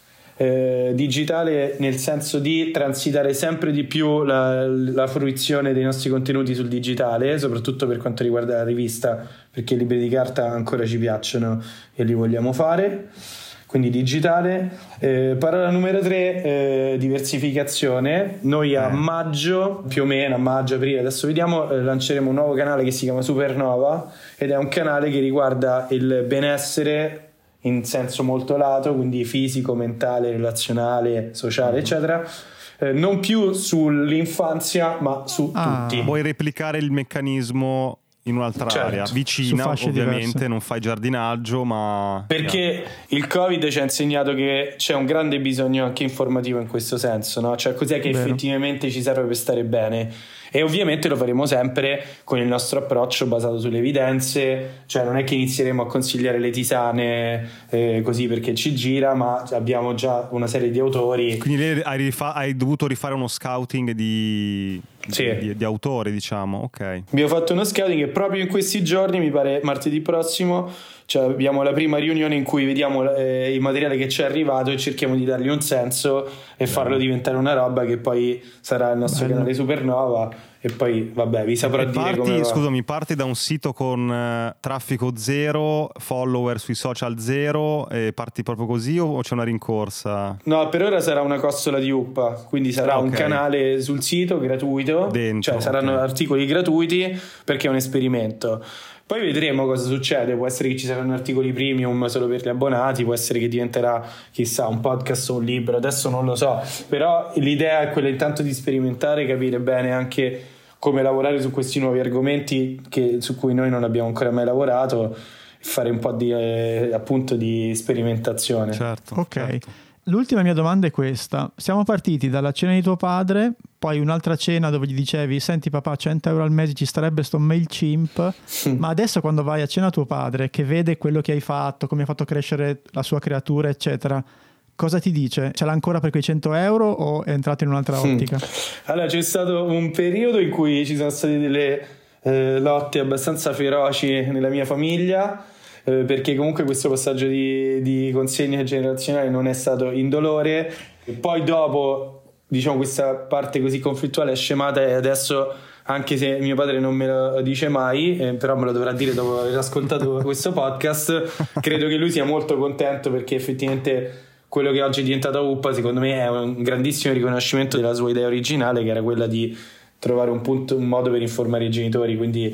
Eh, digitale nel senso di transitare sempre di più la, la fruizione dei nostri contenuti sul digitale, soprattutto per quanto riguarda la rivista, perché i libri di carta ancora ci piacciono e li vogliamo fare, quindi digitale. Eh, parola numero tre, eh, diversificazione. Noi a maggio, più o meno a maggio, aprile, adesso vediamo, eh, lanceremo un nuovo canale che si chiama Supernova ed è un canale che riguarda il benessere in senso molto lato, quindi fisico, mentale, relazionale, sociale, eccetera, eh, non più sull'infanzia ma su ah, tutti. Vuoi replicare il meccanismo in un'altra certo. area vicina, ovviamente diverse. Non fai giardinaggio, ma perché yeah. il Covid ci ha insegnato che c'è un grande bisogno anche informativo in questo senso, no? Cioè cos'è che Vero. effettivamente ci serve per stare bene, e ovviamente lo faremo sempre con il nostro approccio basato sulle evidenze, cioè non è che inizieremo a consigliare le tisane eh, così perché ci gira, ma abbiamo già una serie di autori. Quindi hai, rifa- hai dovuto rifare uno scouting di, sì. di, di, di autori, diciamo, ok. Abbiamo fatto uno scouting e proprio in questi giorni, mi pare martedì prossimo, cioè abbiamo la prima riunione in cui vediamo eh, il materiale che ci è arrivato e cerchiamo di dargli un senso e farlo diventare una roba che poi sarà il nostro Bello. canale Supernova, e poi vabbè vi saprò e dire parti, come va. Scusami, parti da un sito con uh, traffico zero, follower sui social zero, e parti proprio così o c'è una rincorsa? No, per ora sarà una costola di Uppa, quindi sarà ah, okay. un canale sul sito gratuito. Dentro, cioè saranno okay. articoli gratuiti perché è un esperimento. Poi vedremo cosa succede, può essere che ci saranno articoli premium solo per gli abbonati, può essere che diventerà, chissà, un podcast o un libro, adesso non lo so, però l'idea è quella intanto di sperimentare, capire bene anche come lavorare su questi nuovi argomenti che, su cui noi non abbiamo ancora mai lavorato, fare un po' di eh, appunto di sperimentazione. Certo. Ok. Certo. L'ultima mia domanda è questa: siamo partiti dalla cena di tuo padre, poi un'altra cena dove gli dicevi senti papà, cento euro al mese ci starebbe sto MailChimp, mm. ma adesso quando vai a cena a tuo padre che vede quello che hai fatto, come hai fatto crescere la sua creatura eccetera, cosa ti dice? Ce l'ha ancora per quei cento euro o è entrato in un'altra ottica? Allora c'è stato un periodo in cui ci sono state delle eh, lotte abbastanza feroci nella mia famiglia, perché comunque questo passaggio di, di consegne generazionali non è stato indolore, e poi dopo diciamo questa parte così conflittuale è scemata, e adesso, anche se mio padre non me lo dice mai, eh, però me lo dovrà dire dopo aver ascoltato questo podcast, credo che lui sia molto contento, perché effettivamente quello che oggi è diventato Uppa secondo me è un grandissimo riconoscimento della sua idea originale, che era quella di trovare un punto, un modo per informare i genitori, quindi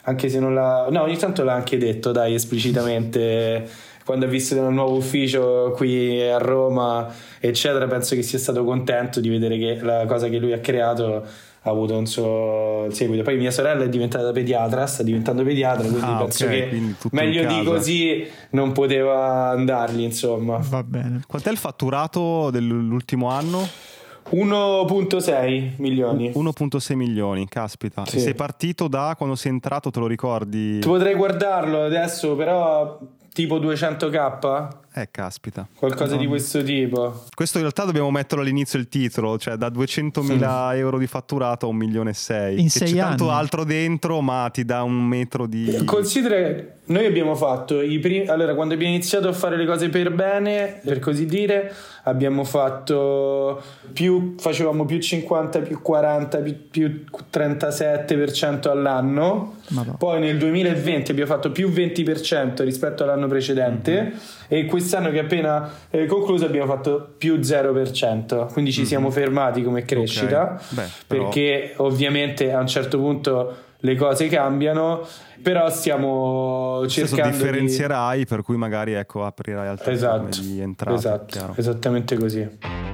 anche se non l'ha, no, ogni tanto l'ha anche detto, dai, esplicitamente, quando ha visto il nuovo ufficio qui a Roma, eccetera. Penso che sia stato contento di vedere che la cosa che lui ha creato ha avuto un suo seguito. Poi mia sorella è diventata pediatra, sta diventando pediatra, quindi ah, penso okay, che meglio di così non poteva andargli, insomma. Va bene. Quant'è il fatturato dell'ultimo anno? uno virgola sei milioni. uno virgola sei milioni, caspita. Sì. E sei partito da quando sei entrato, te lo ricordi? Potrei guardarlo adesso, però tipo duecento k? Eh, caspita. Qualcosa no. di questo tipo. Questo in realtà dobbiamo metterlo all'inizio il titolo, cioè da duecentomila sì. euro di fatturato a un milione e sei. In sei c'è anni. tanto altro dentro, ma ti dà un metro di... Considera, noi abbiamo fatto i primi... Allora, quando abbiamo iniziato a fare le cose per bene, per così dire, abbiamo fatto più... Facevamo più cinquanta, più quaranta, più, più trentasette per cento all'anno. Madonna. Poi nel duemilaventi abbiamo fatto più venti per cento rispetto all'anno precedente. Mm-hmm. E quest'anno che è appena eh, concluso abbiamo fatto più zero per cento, quindi ci mm-hmm. siamo fermati come crescita. Okay. Beh, però... perché ovviamente a un certo punto le cose cambiano, però stiamo cercando di... differenzierai, per cui magari ecco aprirai altre esatto, forme di entrate. Esatto, esattamente così.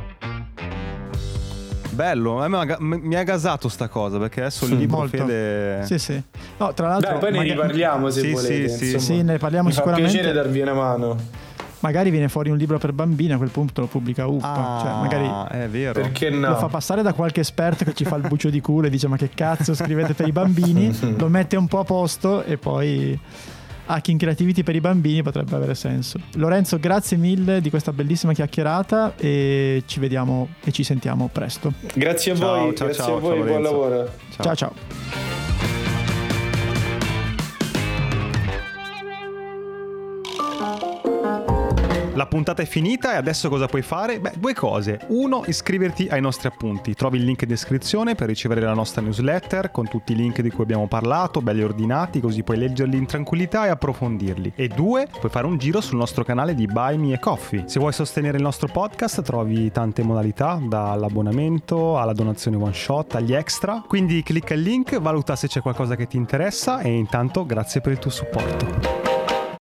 Bello, mi ha gasato sta cosa, perché adesso il libro Fede... Sì, sì. No, tra l'altro... Dai, poi ne riparliamo se sì, volete. Sì, sì. sì, ne parliamo mi sicuramente. Mi fa piacere darvi una mano. Magari viene fuori un libro per bambini, a quel punto lo pubblica U P A. Ah, cioè, magari è vero. Perché no? Lo fa passare da qualche esperto che ci fa il bucio di culo e dice ma che cazzo scrivete per i bambini, lo mette un po' a posto e poi... Hacking Creativity per i bambini potrebbe avere senso. Lorenzo, grazie mille di questa bellissima chiacchierata e ci vediamo e ci sentiamo presto. Grazie a ciao, voi, ciao, grazie ciao, a voi, ciao, buon lavoro. Ciao ciao. ciao. La puntata è finita e adesso cosa puoi fare? Beh, due cose. Uno, iscriverti ai nostri appunti. Trovi il link in descrizione per ricevere la nostra newsletter con tutti i link di cui abbiamo parlato, belli ordinati, così puoi leggerli in tranquillità e approfondirli. E due, puoi fare un giro sul nostro canale di Buy Me a Coffee. Se vuoi sostenere il nostro podcast trovi tante modalità, dall'abbonamento alla donazione one shot agli extra. Quindi clicca il link, valuta se c'è qualcosa che ti interessa e intanto grazie per il tuo supporto.